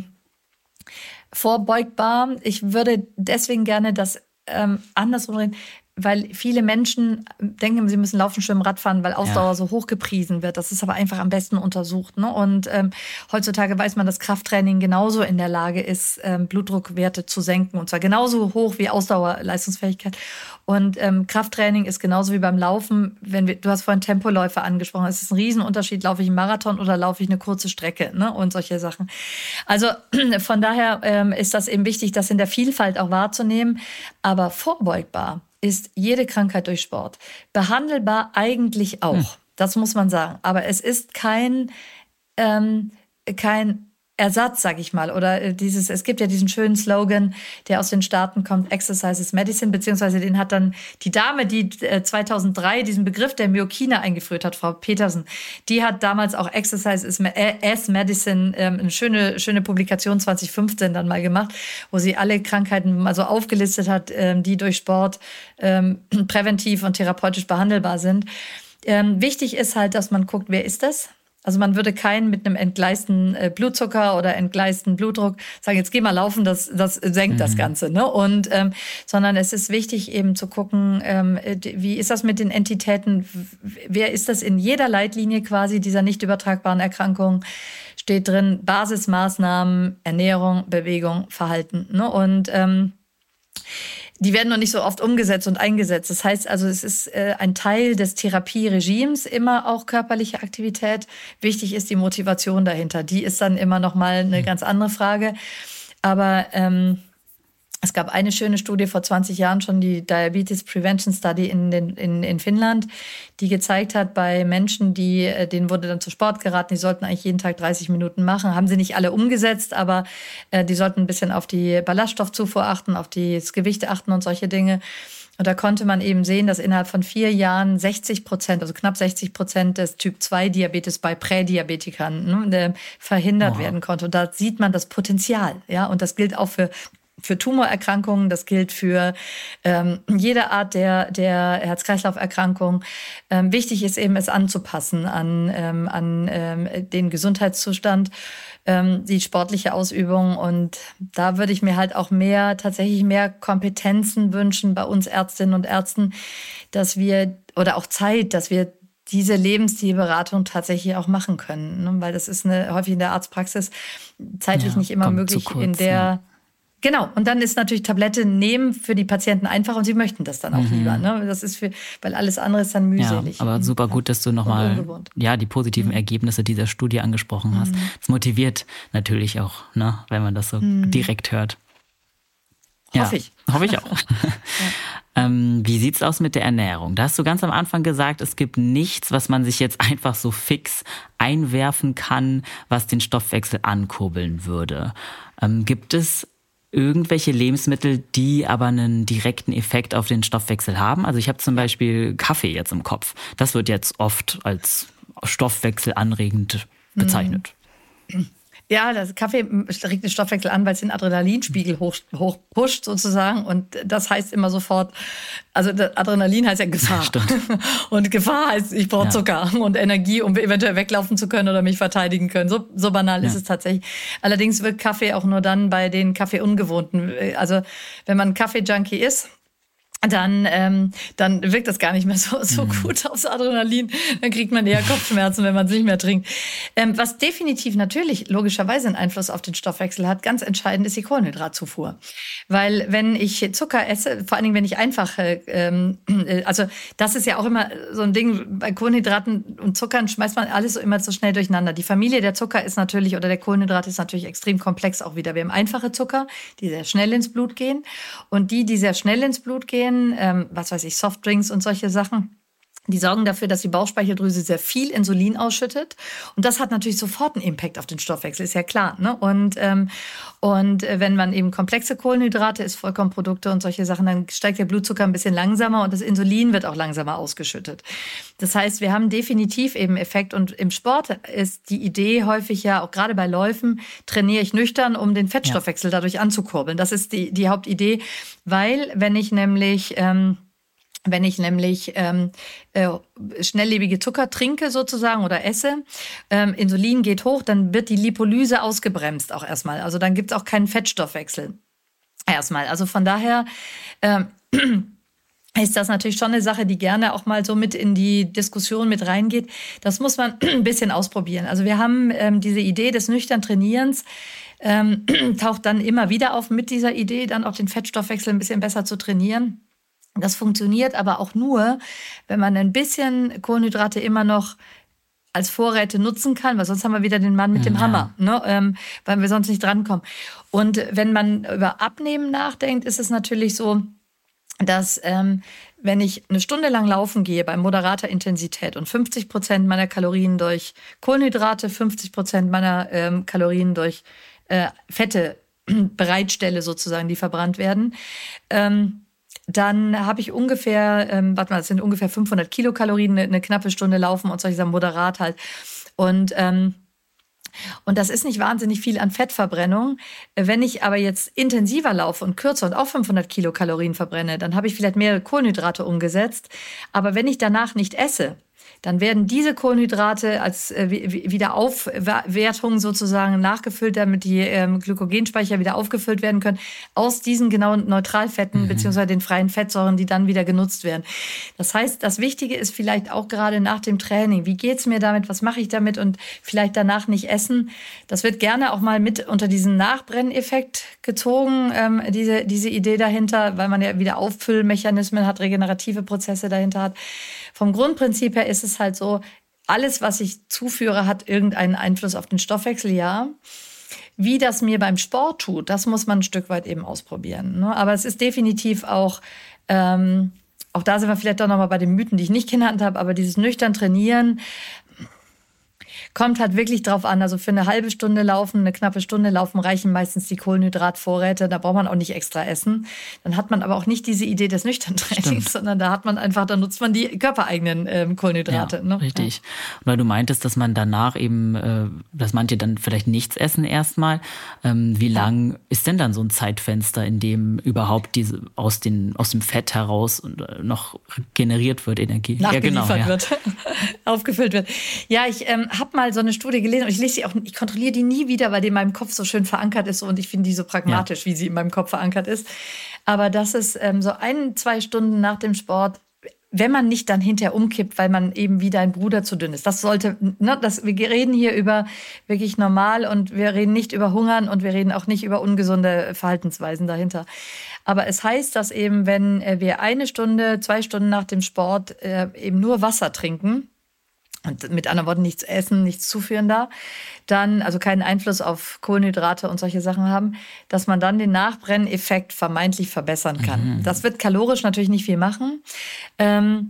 vorbeugbar. Ich würde deswegen gerne das ähm, andersrum reden, weil viele Menschen denken, sie müssen laufen, schwimmen, Radfahren, weil Ausdauer ja. so hoch gepriesen wird. Das ist aber einfach am besten untersucht. Ne? Und ähm, heutzutage weiß man, dass Krafttraining genauso in der Lage ist, ähm, Blutdruckwerte zu senken. Und zwar genauso hoch wie Ausdauerleistungsfähigkeit. Und ähm, Krafttraining ist genauso wie beim Laufen. Wenn wir, du hast vorhin Tempoläufe angesprochen. Es ist ein Riesenunterschied, laufe ich einen Marathon oder laufe ich eine kurze Strecke, ne? Und solche Sachen. Also von daher ähm, ist das eben wichtig, das in der Vielfalt auch wahrzunehmen. Aber vorbeugbar ist jede Krankheit durch Sport. Behandelbar eigentlich auch. Hm. Das muss man sagen. Aber es ist kein, ähm, kein Ersatz, sag ich mal. Oder dieses, es gibt ja diesen schönen Slogan, der aus den Staaten kommt, Exercise is Medicine, beziehungsweise den hat dann die Dame, die zweitausenddrei diesen Begriff der Myokine eingeführt hat, Frau Petersen, die hat damals auch Exercise is as Medicine, ähm, eine schöne, schöne Publikation zwanzig fünfzehn dann mal gemacht, wo sie alle Krankheiten mal so aufgelistet hat, ähm, die durch Sport ähm, präventiv und therapeutisch behandelbar sind. Ähm, wichtig ist halt, dass man guckt, wer ist das? Also man würde keinen mit einem entgleisten Blutzucker oder entgleisten Blutdruck sagen, jetzt geh mal laufen, das, das senkt mhm. das Ganze. Ne? Und, ähm, sondern es ist wichtig eben zu gucken, ähm, wie ist das mit den Entitäten, wer ist das in jeder Leitlinie quasi dieser nicht übertragbaren Erkrankung, steht drin, Basismaßnahmen, Ernährung, Bewegung, Verhalten. Ne? Und ähm, die werden noch nicht so oft umgesetzt und eingesetzt. Das heißt also, es ist äh, ein Teil des Therapieregimes, immer auch körperliche Aktivität. Wichtig ist die Motivation dahinter. Die ist dann immer noch mal eine ganz andere Frage. Aber ähm, es gab eine schöne Studie vor zwanzig Jahren schon, die Diabetes Prevention Study in, den, in, in Finnland, die gezeigt hat, bei Menschen, die, denen wurde dann zu Sport geraten, die sollten eigentlich jeden Tag dreißig Minuten machen. Haben sie nicht alle umgesetzt, aber äh, die sollten ein bisschen auf die Ballaststoffzufuhr achten, auf das Gewicht achten und solche Dinge. Und da konnte man eben sehen, dass innerhalb von vier Jahren sechzig Prozent, also knapp sechzig Prozent des Typ zwei Diabetes bei Prädiabetikern ne, verhindert wow. werden konnte. Und da sieht man das Potenzial. Ja, und das gilt auch für Für Tumorerkrankungen, das gilt für ähm, jede Art der, der Herz-Kreislauf-Erkrankung. Ähm, wichtig ist eben, es anzupassen an, ähm, an ähm, den Gesundheitszustand, ähm, die sportliche Ausübung. Und da würde ich mir halt auch mehr, tatsächlich mehr Kompetenzen wünschen bei uns Ärztinnen und Ärzten, dass wir, oder auch Zeit, dass wir diese Lebensstilberatung tatsächlich auch machen können. Ne? Weil das ist eine, häufig in der Arztpraxis zeitlich ja, nicht immer möglich, kurz, in der... Ja. Genau, und dann ist natürlich Tablette nehmen für die Patienten einfach und sie möchten das dann auch mhm. lieber. Ne? Das ist für, weil alles andere ist dann mühselig. Ja, aber super gut, dass du nochmal ja, die positiven mhm. Ergebnisse dieser Studie angesprochen hast. Das motiviert natürlich auch, ne, wenn man das so mhm. direkt hört. Ja, hoffe ich. Hoffe ich auch. ja. ähm, wie sieht's aus mit der Ernährung? Da hast du ganz am Anfang gesagt, es gibt nichts, was man sich jetzt einfach so fix einwerfen kann, was den Stoffwechsel ankurbeln würde. Ähm, gibt es irgendwelche Lebensmittel, die aber einen direkten Effekt auf den Stoffwechsel haben? Also ich habe zum Beispiel Kaffee jetzt im Kopf. Das wird jetzt oft als stoffwechselanregend bezeichnet. Ja, das Kaffee regt den Stoffwechsel an, weil es den Adrenalinspiegel hoch, hoch pusht sozusagen. Und das heißt immer sofort, also Adrenalin heißt ja Gefahr. Stimmt. Und Gefahr heißt, ich brauche ja. Zucker und Energie, um eventuell weglaufen zu können oder mich verteidigen können. So, so banal ja. ist es tatsächlich. Allerdings wirkt Kaffee auch nur dann bei den Kaffeeungewohnten. Also wenn man Kaffee-Junkie ist, dann, ähm, dann wirkt das gar nicht mehr so, so mhm. gut aufs Adrenalin. Dann kriegt man eher Kopfschmerzen, wenn man es nicht mehr trinkt. Ähm, was definitiv natürlich logischerweise einen Einfluss auf den Stoffwechsel hat, ganz entscheidend ist die Kohlenhydratzufuhr. Weil wenn ich Zucker esse, vor allen Dingen wenn ich einfach, ähm, also das ist ja auch immer so ein Ding, bei Kohlenhydraten und Zuckern schmeißt man alles so immer so schnell durcheinander. Die Familie der Zucker ist natürlich, oder der Kohlenhydrate ist natürlich extrem komplex auch wieder. Wir haben einfache Zucker, die sehr schnell ins Blut gehen. Und die, die sehr schnell ins Blut gehen, Ähm, was weiß ich, Softdrinks und solche Sachen, die sorgen dafür, dass die Bauchspeicheldrüse sehr viel Insulin ausschüttet. Und das hat natürlich sofort einen Impact auf den Stoffwechsel, ist ja klar. Ne? Und, ähm, und wenn man eben komplexe Kohlenhydrate isst, Vollkornprodukte und solche Sachen, dann steigt der Blutzucker ein bisschen langsamer und das Insulin wird auch langsamer ausgeschüttet. Das heißt, wir haben definitiv eben Effekt. Und im Sport ist die Idee häufig ja, auch gerade bei Läufen, trainiere ich nüchtern, um den Fettstoffwechsel ja. dadurch anzukurbeln. Das ist die, die Hauptidee, weil wenn ich nämlich... Ähm, Wenn ich nämlich ähm, äh, schnelllebige Zucker trinke sozusagen oder esse, ähm, Insulin geht hoch, dann wird die Lipolyse ausgebremst auch erstmal. Also dann gibt es auch keinen Fettstoffwechsel erstmal. Also von daher ähm, ist das natürlich schon eine Sache, die gerne auch mal so mit in die Diskussion mit reingeht. Das muss man ein bisschen ausprobieren. Also wir haben ähm, diese Idee des nüchtern Trainierens, ähm, taucht dann immer wieder auf mit dieser Idee, dann auch den Fettstoffwechsel ein bisschen besser zu trainieren. Das funktioniert aber auch nur, wenn man ein bisschen Kohlenhydrate immer noch als Vorräte nutzen kann, weil sonst haben wir wieder den Mann mit dem ja. Hammer, ne? ähm, weil wir sonst nicht drankommen. Und wenn man über Abnehmen nachdenkt, ist es natürlich so, dass ähm, wenn ich eine Stunde lang laufen gehe bei moderater Intensität und fünfzig Prozent meiner Kalorien durch Kohlenhydrate, fünfzig Prozent meiner ähm, Kalorien durch äh, Fette bereitstelle sozusagen, die verbrannt werden, ähm, dann habe ich ungefähr, ähm, warte mal, das sind ungefähr fünfhundert Kilokalorien, eine, eine knappe Stunde laufen und solche Sachen, moderat halt. Und, ähm, und das ist nicht wahnsinnig viel an Fettverbrennung. Wenn ich aber jetzt intensiver laufe und kürzer und auch fünfhundert Kilokalorien verbrenne, dann habe ich vielleicht mehr Kohlenhydrate umgesetzt. Aber wenn ich danach nicht esse, dann werden diese Kohlenhydrate als äh, Wiederaufwertung sozusagen nachgefüllt, damit die ähm, Glykogenspeicher wieder aufgefüllt werden können, aus diesen genauen Neutralfetten mhm. beziehungsweise den freien Fettsäuren, die dann wieder genutzt werden. Das heißt, das Wichtige ist vielleicht auch gerade nach dem Training, wie geht's mir damit, was mache ich damit und vielleicht danach nicht essen. Das wird gerne auch mal mit unter diesen Nachbrenneffekt gezogen, ähm, diese, diese Idee dahinter, weil man ja wieder Auffüllmechanismen hat, regenerative Prozesse dahinter hat. Vom Grundprinzip her ist es halt so, alles, was ich zuführe, hat irgendeinen Einfluss auf den Stoffwechsel, ja. Wie das mir beim Sport tut, das muss man ein Stück weit eben ausprobieren. Ne? Aber es ist definitiv auch, ähm, auch da sind wir vielleicht doch nochmal bei den Mythen, die ich nicht genannt habe, aber dieses nüchtern Trainieren kommt halt wirklich drauf an. Also für eine halbe Stunde laufen, eine knappe Stunde laufen reichen meistens die Kohlenhydratvorräte. Da braucht man auch nicht extra essen. Dann hat man aber auch nicht diese Idee des nüchtern Trainings, sondern da hat man einfach, da nutzt man die körpereigenen ähm, Kohlenhydrate. Ja, ne? Richtig. Ja. Weil du meintest, dass man danach eben, äh, dass manche dann vielleicht nichts essen erstmal. Ähm, wie ja. lang ist denn dann so ein Zeitfenster, in dem überhaupt diese aus, den, aus dem Fett heraus noch generiert wird, Energie? Nachgeliefert ja, genau, ja. wird, aufgefüllt wird. Ja, ich ähm, habe mal so eine Studie gelesen und ich lese sie auch, ich kontrolliere die nie wieder, weil die in meinem Kopf so schön verankert ist und ich finde die so pragmatisch, ja. wie sie in meinem Kopf verankert ist. Aber dass es ähm, so ein, zwei Stunden nach dem Sport wenn man nicht dann hinterher umkippt, weil man eben wie dein Bruder zu dünn ist. Das sollte, ne, das, wir reden hier über wirklich normal und wir reden nicht über Hungern und wir reden auch nicht über ungesunde Verhaltensweisen dahinter. Aber es heißt, dass eben, wenn wir eine Stunde, zwei Stunden nach dem Sport äh, eben nur Wasser trinken, und mit anderen Worten nichts essen, nichts zuführen da, dann, also keinen Einfluss auf Kohlenhydrate und solche Sachen haben, dass man dann den Nachbrenneffekt vermeintlich verbessern kann. Mhm. Das wird kalorisch natürlich nicht viel machen. Ähm,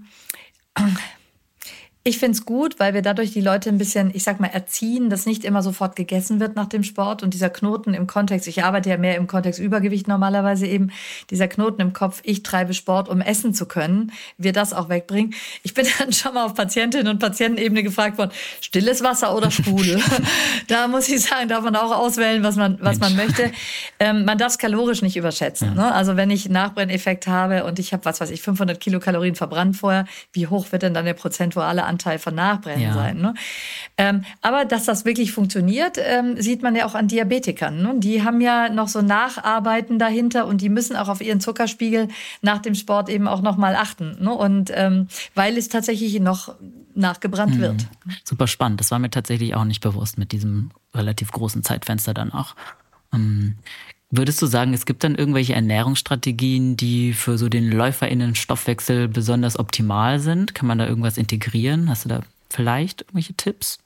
Ich finde es gut, weil wir dadurch die Leute ein bisschen, ich sag mal, erziehen, dass nicht immer sofort gegessen wird nach dem Sport. Und dieser Knoten im Kontext, ich arbeite ja mehr im Kontext Übergewicht normalerweise eben, dieser Knoten im Kopf, ich treibe Sport, um essen zu können, wir das auch wegbringen. Ich bin dann schon mal auf Patientinnen- und Patientenebene gefragt worden, stilles Wasser oder Sprudel? Da muss ich sagen, darf man auch auswählen, was man, was man möchte. Ähm, man darf es kalorisch nicht überschätzen. Ja. Ne? Also wenn ich einen Nachbrenneffekt habe und ich habe, was weiß ich, fünfhundert Kilokalorien verbrannt vorher, wie hoch wird denn dann der prozentuale Anteil Anteil von Nachbrennen ja. sein. Ne? Ähm, aber dass das wirklich funktioniert, ähm, sieht man ja auch an Diabetikern. Ne? Die haben ja noch so Nacharbeiten dahinter und die müssen auch auf ihren Zuckerspiegel nach dem Sport eben auch nochmal achten. Ne? Und ähm, weil es tatsächlich noch nachgebrannt mhm. wird. Super spannend. Das war mir tatsächlich auch nicht bewusst mit diesem relativ großen Zeitfenster dann auch. Ähm, Würdest du sagen, es gibt dann irgendwelche Ernährungsstrategien, die für so den LäuferInnen-Stoffwechsel besonders optimal sind? Kann man da irgendwas integrieren? Hast du da vielleicht irgendwelche Tipps?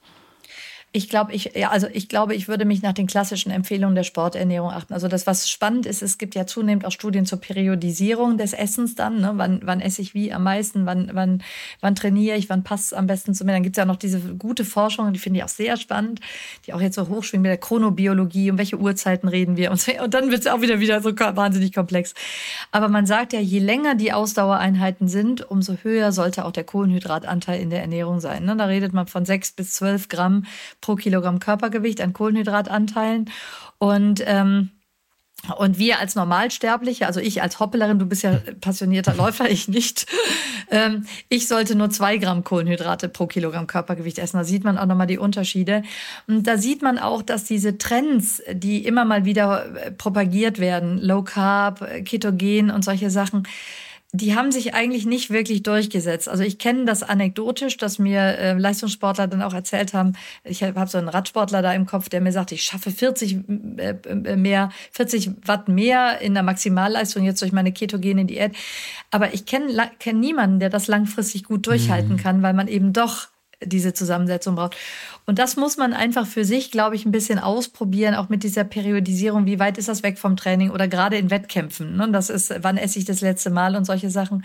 Ich glaube, ich, ja, also ich glaube, ich würde mich nach den klassischen Empfehlungen der Sporternährung achten. Also das, was spannend ist, es gibt ja zunehmend auch Studien zur Periodisierung des Essens dann. Ne? Wann, wann esse ich wie am meisten? Wann, wann, wann trainiere ich? Wann passt es am besten zu mir? Dann gibt es ja noch diese gute Forschung, die finde ich auch sehr spannend, die auch jetzt so hochschwingt mit der Chronobiologie. Um welche Uhrzeiten reden wir? Und, und dann wird es auch wieder, wieder so wahnsinnig komplex. Aber man sagt ja, je länger die Ausdauereinheiten sind, umso höher sollte auch der Kohlenhydratanteil in der Ernährung sein. Ne? Da redet man von sechs bis zwölf Gramm pro Kilogramm Körpergewicht an Kohlenhydratanteilen. Und, ähm, und wir als Normalsterbliche, also ich als Hoppelerin, du bist ja passionierter Läufer, ich nicht, ähm, ich sollte nur zwei Gramm Kohlenhydrate pro Kilogramm Körpergewicht essen. Da sieht man auch nochmal die Unterschiede. Und da sieht man auch, dass diese Trends, die immer mal wieder propagiert werden, Low Carb, Ketogen und solche Sachen, die haben sich eigentlich nicht wirklich durchgesetzt. Also ich kenne das anekdotisch, dass mir äh, Leistungssportler dann auch erzählt haben, ich habe so einen Radsportler da im Kopf, der mir sagt, ich schaffe vierzig äh, mehr, vierzig Watt mehr in der Maximalleistung jetzt durch meine ketogene Diät. Aber ich kenne kenn niemanden, der das langfristig gut durchhalten mhm. kann, weil man eben doch diese Zusammensetzung braucht. Und das muss man einfach für sich, glaube ich, ein bisschen ausprobieren, auch mit dieser Periodisierung. Wie weit ist das weg vom Training oder gerade in Wettkämpfen? Ne? Das ist, wann esse ich das letzte Mal und solche Sachen.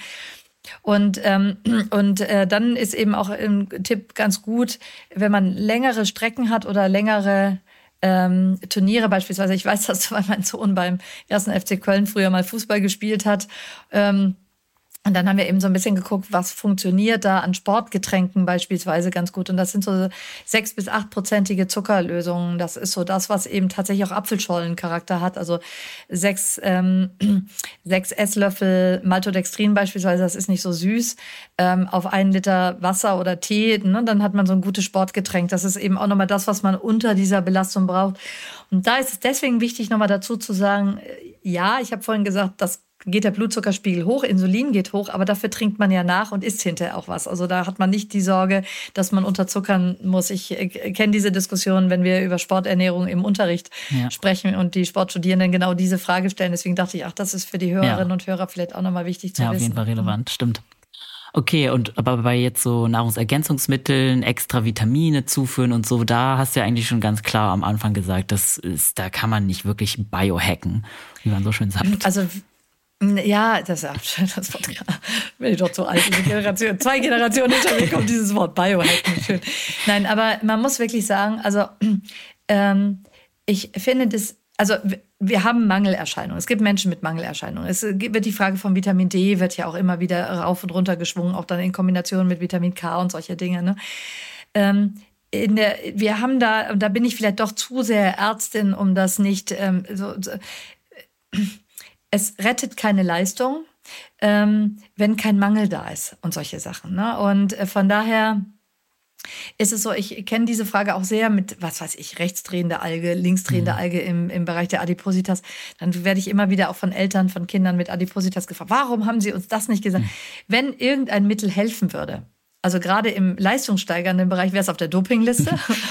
Und, ähm, und äh, dann ist eben auch ein Tipp ganz gut, wenn man längere Strecken hat oder längere ähm, Turniere beispielsweise. Ich weiß das, weil mein Sohn beim ersten F C Köln früher mal Fußball gespielt hat. Ähm, Und dann haben wir eben so ein bisschen geguckt, was funktioniert da an Sportgetränken beispielsweise ganz gut. Und das sind so sechs bis achtprozentige Zuckerlösungen. Das ist so das, was eben tatsächlich auch Apfelschollencharakter hat. Also sechs, ähm, sechs Esslöffel Maltodextrin beispielsweise, das ist nicht so süß, ähm, auf einen Liter Wasser oder Tee. Ne? Dann hat man so ein gutes Sportgetränk. Das ist eben auch nochmal das, was man unter dieser Belastung braucht. Und da ist es deswegen wichtig, nochmal dazu zu sagen, ja, ich habe vorhin gesagt, das geht der Blutzuckerspiegel hoch, Insulin geht hoch, aber dafür trinkt man ja nach und isst hinterher auch was. Also da hat man nicht die Sorge, dass man unterzuckern muss. Ich kenne diese Diskussion, wenn wir über Sporternährung im Unterricht ja. sprechen und die Sportstudierenden genau diese Frage stellen. Deswegen dachte ich, ach, das ist für die Hörerinnen ja. und Hörer vielleicht auch nochmal wichtig zu ja, wissen. Ja, auf jeden Fall relevant, stimmt. Okay, und aber bei jetzt so Nahrungsergänzungsmitteln, extra Vitamine zuführen und so, da hast du ja eigentlich schon ganz klar am Anfang gesagt, das ist, da kann man nicht wirklich biohacken, wie man so schön sagt. Also ja, das ist schön, das Wort. Bin ich doch zu alt. Generation, zwei Generationen hinter mir kommt dieses Wort Biohacking. Schön. Nein, aber man muss wirklich sagen, also ähm, ich finde das, also wir haben Mangelerscheinungen. Es gibt Menschen mit Mangelerscheinungen. Es wird die Frage von Vitamin D, wird ja auch immer wieder rauf und runter geschwungen, auch dann in Kombination mit Vitamin K und solche Dinge. Ne? Ähm, in der, wir haben da, und da bin ich vielleicht doch zu sehr Ärztin, um das nicht ähm, so, so es rettet keine Leistung, ähm, wenn kein Mangel da ist und solche Sachen. Ne? Und äh, von daher Ist es so, ich kenne diese Frage auch sehr mit, was weiß ich, rechtsdrehende Alge, linksdrehende mhm. Alge im, im Bereich der Adipositas. Dann werde ich immer wieder auch von Eltern, von Kindern mit Adipositas gefragt, warum haben sie uns das nicht gesagt? Mhm. Wenn irgendein Mittel helfen würde, also gerade im leistungssteigernden Bereich wäre es auf der Dopingliste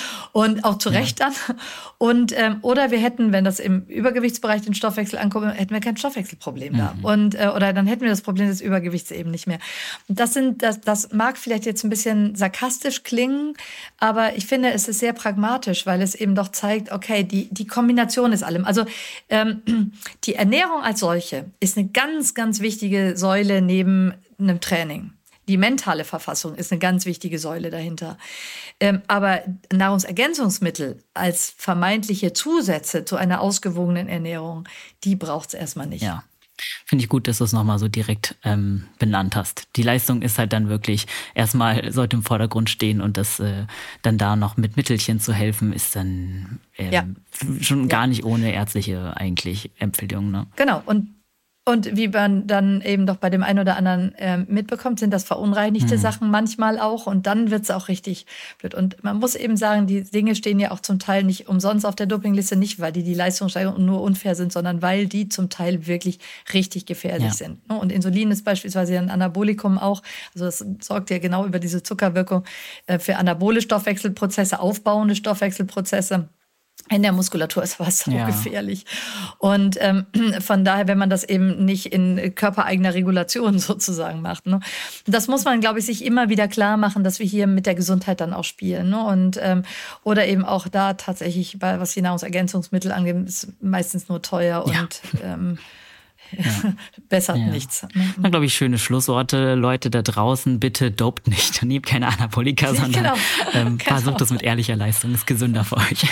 und auch zu Recht dann. Und, ähm, oder wir hätten, wenn das im Übergewichtsbereich den Stoffwechsel ankommt, hätten wir kein Stoffwechselproblem mhm. da. Und, äh, oder dann hätten wir das Problem des Übergewichts eben nicht mehr. Und das, sind, das, das mag vielleicht jetzt ein bisschen sarkastisch klingen, aber ich finde, es ist sehr pragmatisch, weil es eben doch zeigt, okay, die, die Kombination ist allem. Also ähm, die Ernährung als solche ist eine ganz, ganz wichtige Säule neben einem Training. Die mentale Verfassung ist eine ganz wichtige Säule dahinter. Ähm, aber Nahrungsergänzungsmittel als vermeintliche Zusätze zu einer ausgewogenen Ernährung, die braucht es erstmal nicht. Ja. Finde ich gut, dass du es nochmal so direkt ähm, benannt hast. Die Leistung ist halt dann wirklich, erstmal sollte im Vordergrund stehen und das äh, dann da noch mit Mittelchen zu helfen, ist dann ähm, ja. schon gar ja. nicht ohne ärztliche eigentlich Empfehlung. Ne? Genau, und Und wie man dann eben doch bei dem einen oder anderen äh, mitbekommt, sind das verunreinigte mhm. Sachen manchmal auch. Und dann wird es auch richtig blöd. Und man muss eben sagen, die Dinge stehen ja auch zum Teil nicht umsonst auf der Dopingliste. Nicht, weil die die Leistungssteigerung nur unfair sind, sondern weil die zum Teil wirklich richtig gefährlich ja. sind. Und Insulin ist beispielsweise ein Anabolikum auch. Also das sorgt ja genau über diese Zuckerwirkung äh, für anabole Stoffwechselprozesse, aufbauende Stoffwechselprozesse. In der Muskulatur ist was so ja. gefährlich. Und ähm, von daher, wenn man das eben nicht in körpereigener Regulation sozusagen macht. Ne? Das muss man, glaube ich, sich immer wieder klar machen, dass wir hier mit der Gesundheit dann auch spielen. Ne? Und, ähm, oder eben auch da tatsächlich, bei, was die Nahrungsergänzungsmittel angeht, ist meistens nur teuer ja. und ähm, Ja. bessert ja. nichts. Dann glaube ich, schöne Schlussworte. Leute da draußen, bitte dopt nicht. Nehmt keine Anabolika, sondern genau. ähm, genau. versucht das mit ehrlicher Leistung. Ist gesünder für euch.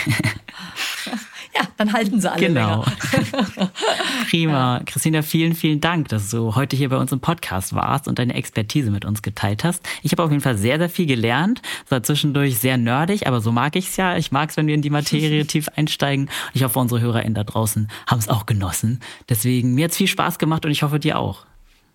Ja, dann halten sie alle genau. länger. Prima. Ja. Christina, vielen, vielen Dank, dass du heute hier bei uns im Podcast warst und deine Expertise mit uns geteilt hast. Ich habe auf jeden Fall sehr, sehr viel gelernt. Es war zwischendurch sehr nerdig, aber so mag ich es ja. Ich mag es, wenn wir in die Materie tief einsteigen. Ich hoffe, unsere HörerInnen da draußen haben es auch genossen. Deswegen, mir hat es viel Spaß gemacht und ich hoffe, dir auch.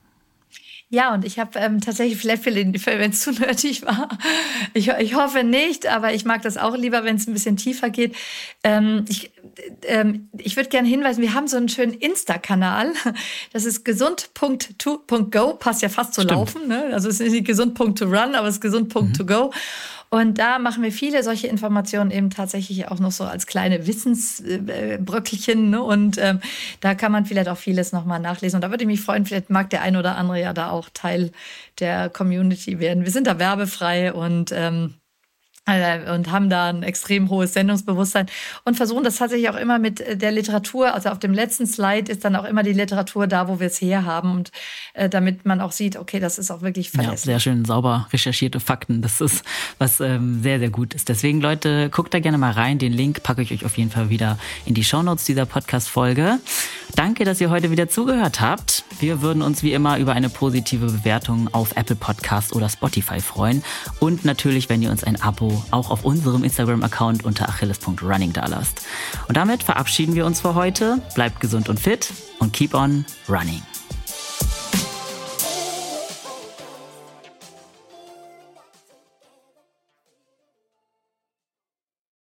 Ja, und ich habe ähm, tatsächlich, vielleicht, wenn es zu nerdig war, ich, ich hoffe nicht, aber ich mag das auch lieber, wenn es ein bisschen tiefer geht. Ähm, ich ähm, ich würde gerne hinweisen, wir haben so einen schönen Insta-Kanal. Das ist gesund Punkt go, passt ja fast zu Stimmt. Laufen. Ne? Also es ist nicht gesund Punkt to run, aber es ist gesund Punkt to go. Und da machen wir viele solche Informationen eben tatsächlich auch noch so als kleine Wissensbröckelchen. Ne? Und ähm, da kann man vielleicht auch vieles nochmal nachlesen. Und da würde ich mich freuen, vielleicht mag der ein oder andere ja da auch Teil der Community werden. Wir sind da werbefrei und ähm, und haben da ein extrem hohes Sendungsbewusstsein und versuchen das tatsächlich auch immer mit der Literatur, also auf dem letzten Slide ist dann auch immer die Literatur da, wo wir es herhaben und äh, damit man auch sieht, okay, das ist auch wirklich verlässlich. Ja, sehr schön sauber recherchierte Fakten, das ist was ähm, sehr, sehr gut ist. Deswegen, Leute, guckt da gerne mal rein, den Link packe ich euch auf jeden Fall wieder in die Shownotes dieser Podcast-Folge. Danke, dass ihr heute wieder zugehört habt. Wir würden uns wie immer über eine positive Bewertung auf Apple Podcast oder Spotify freuen und natürlich, wenn ihr uns ein Abo auch auf unserem Instagram-Account unter achilles Punkt running dalasst. Und damit verabschieden wir uns für heute. Bleibt gesund und fit und keep on running.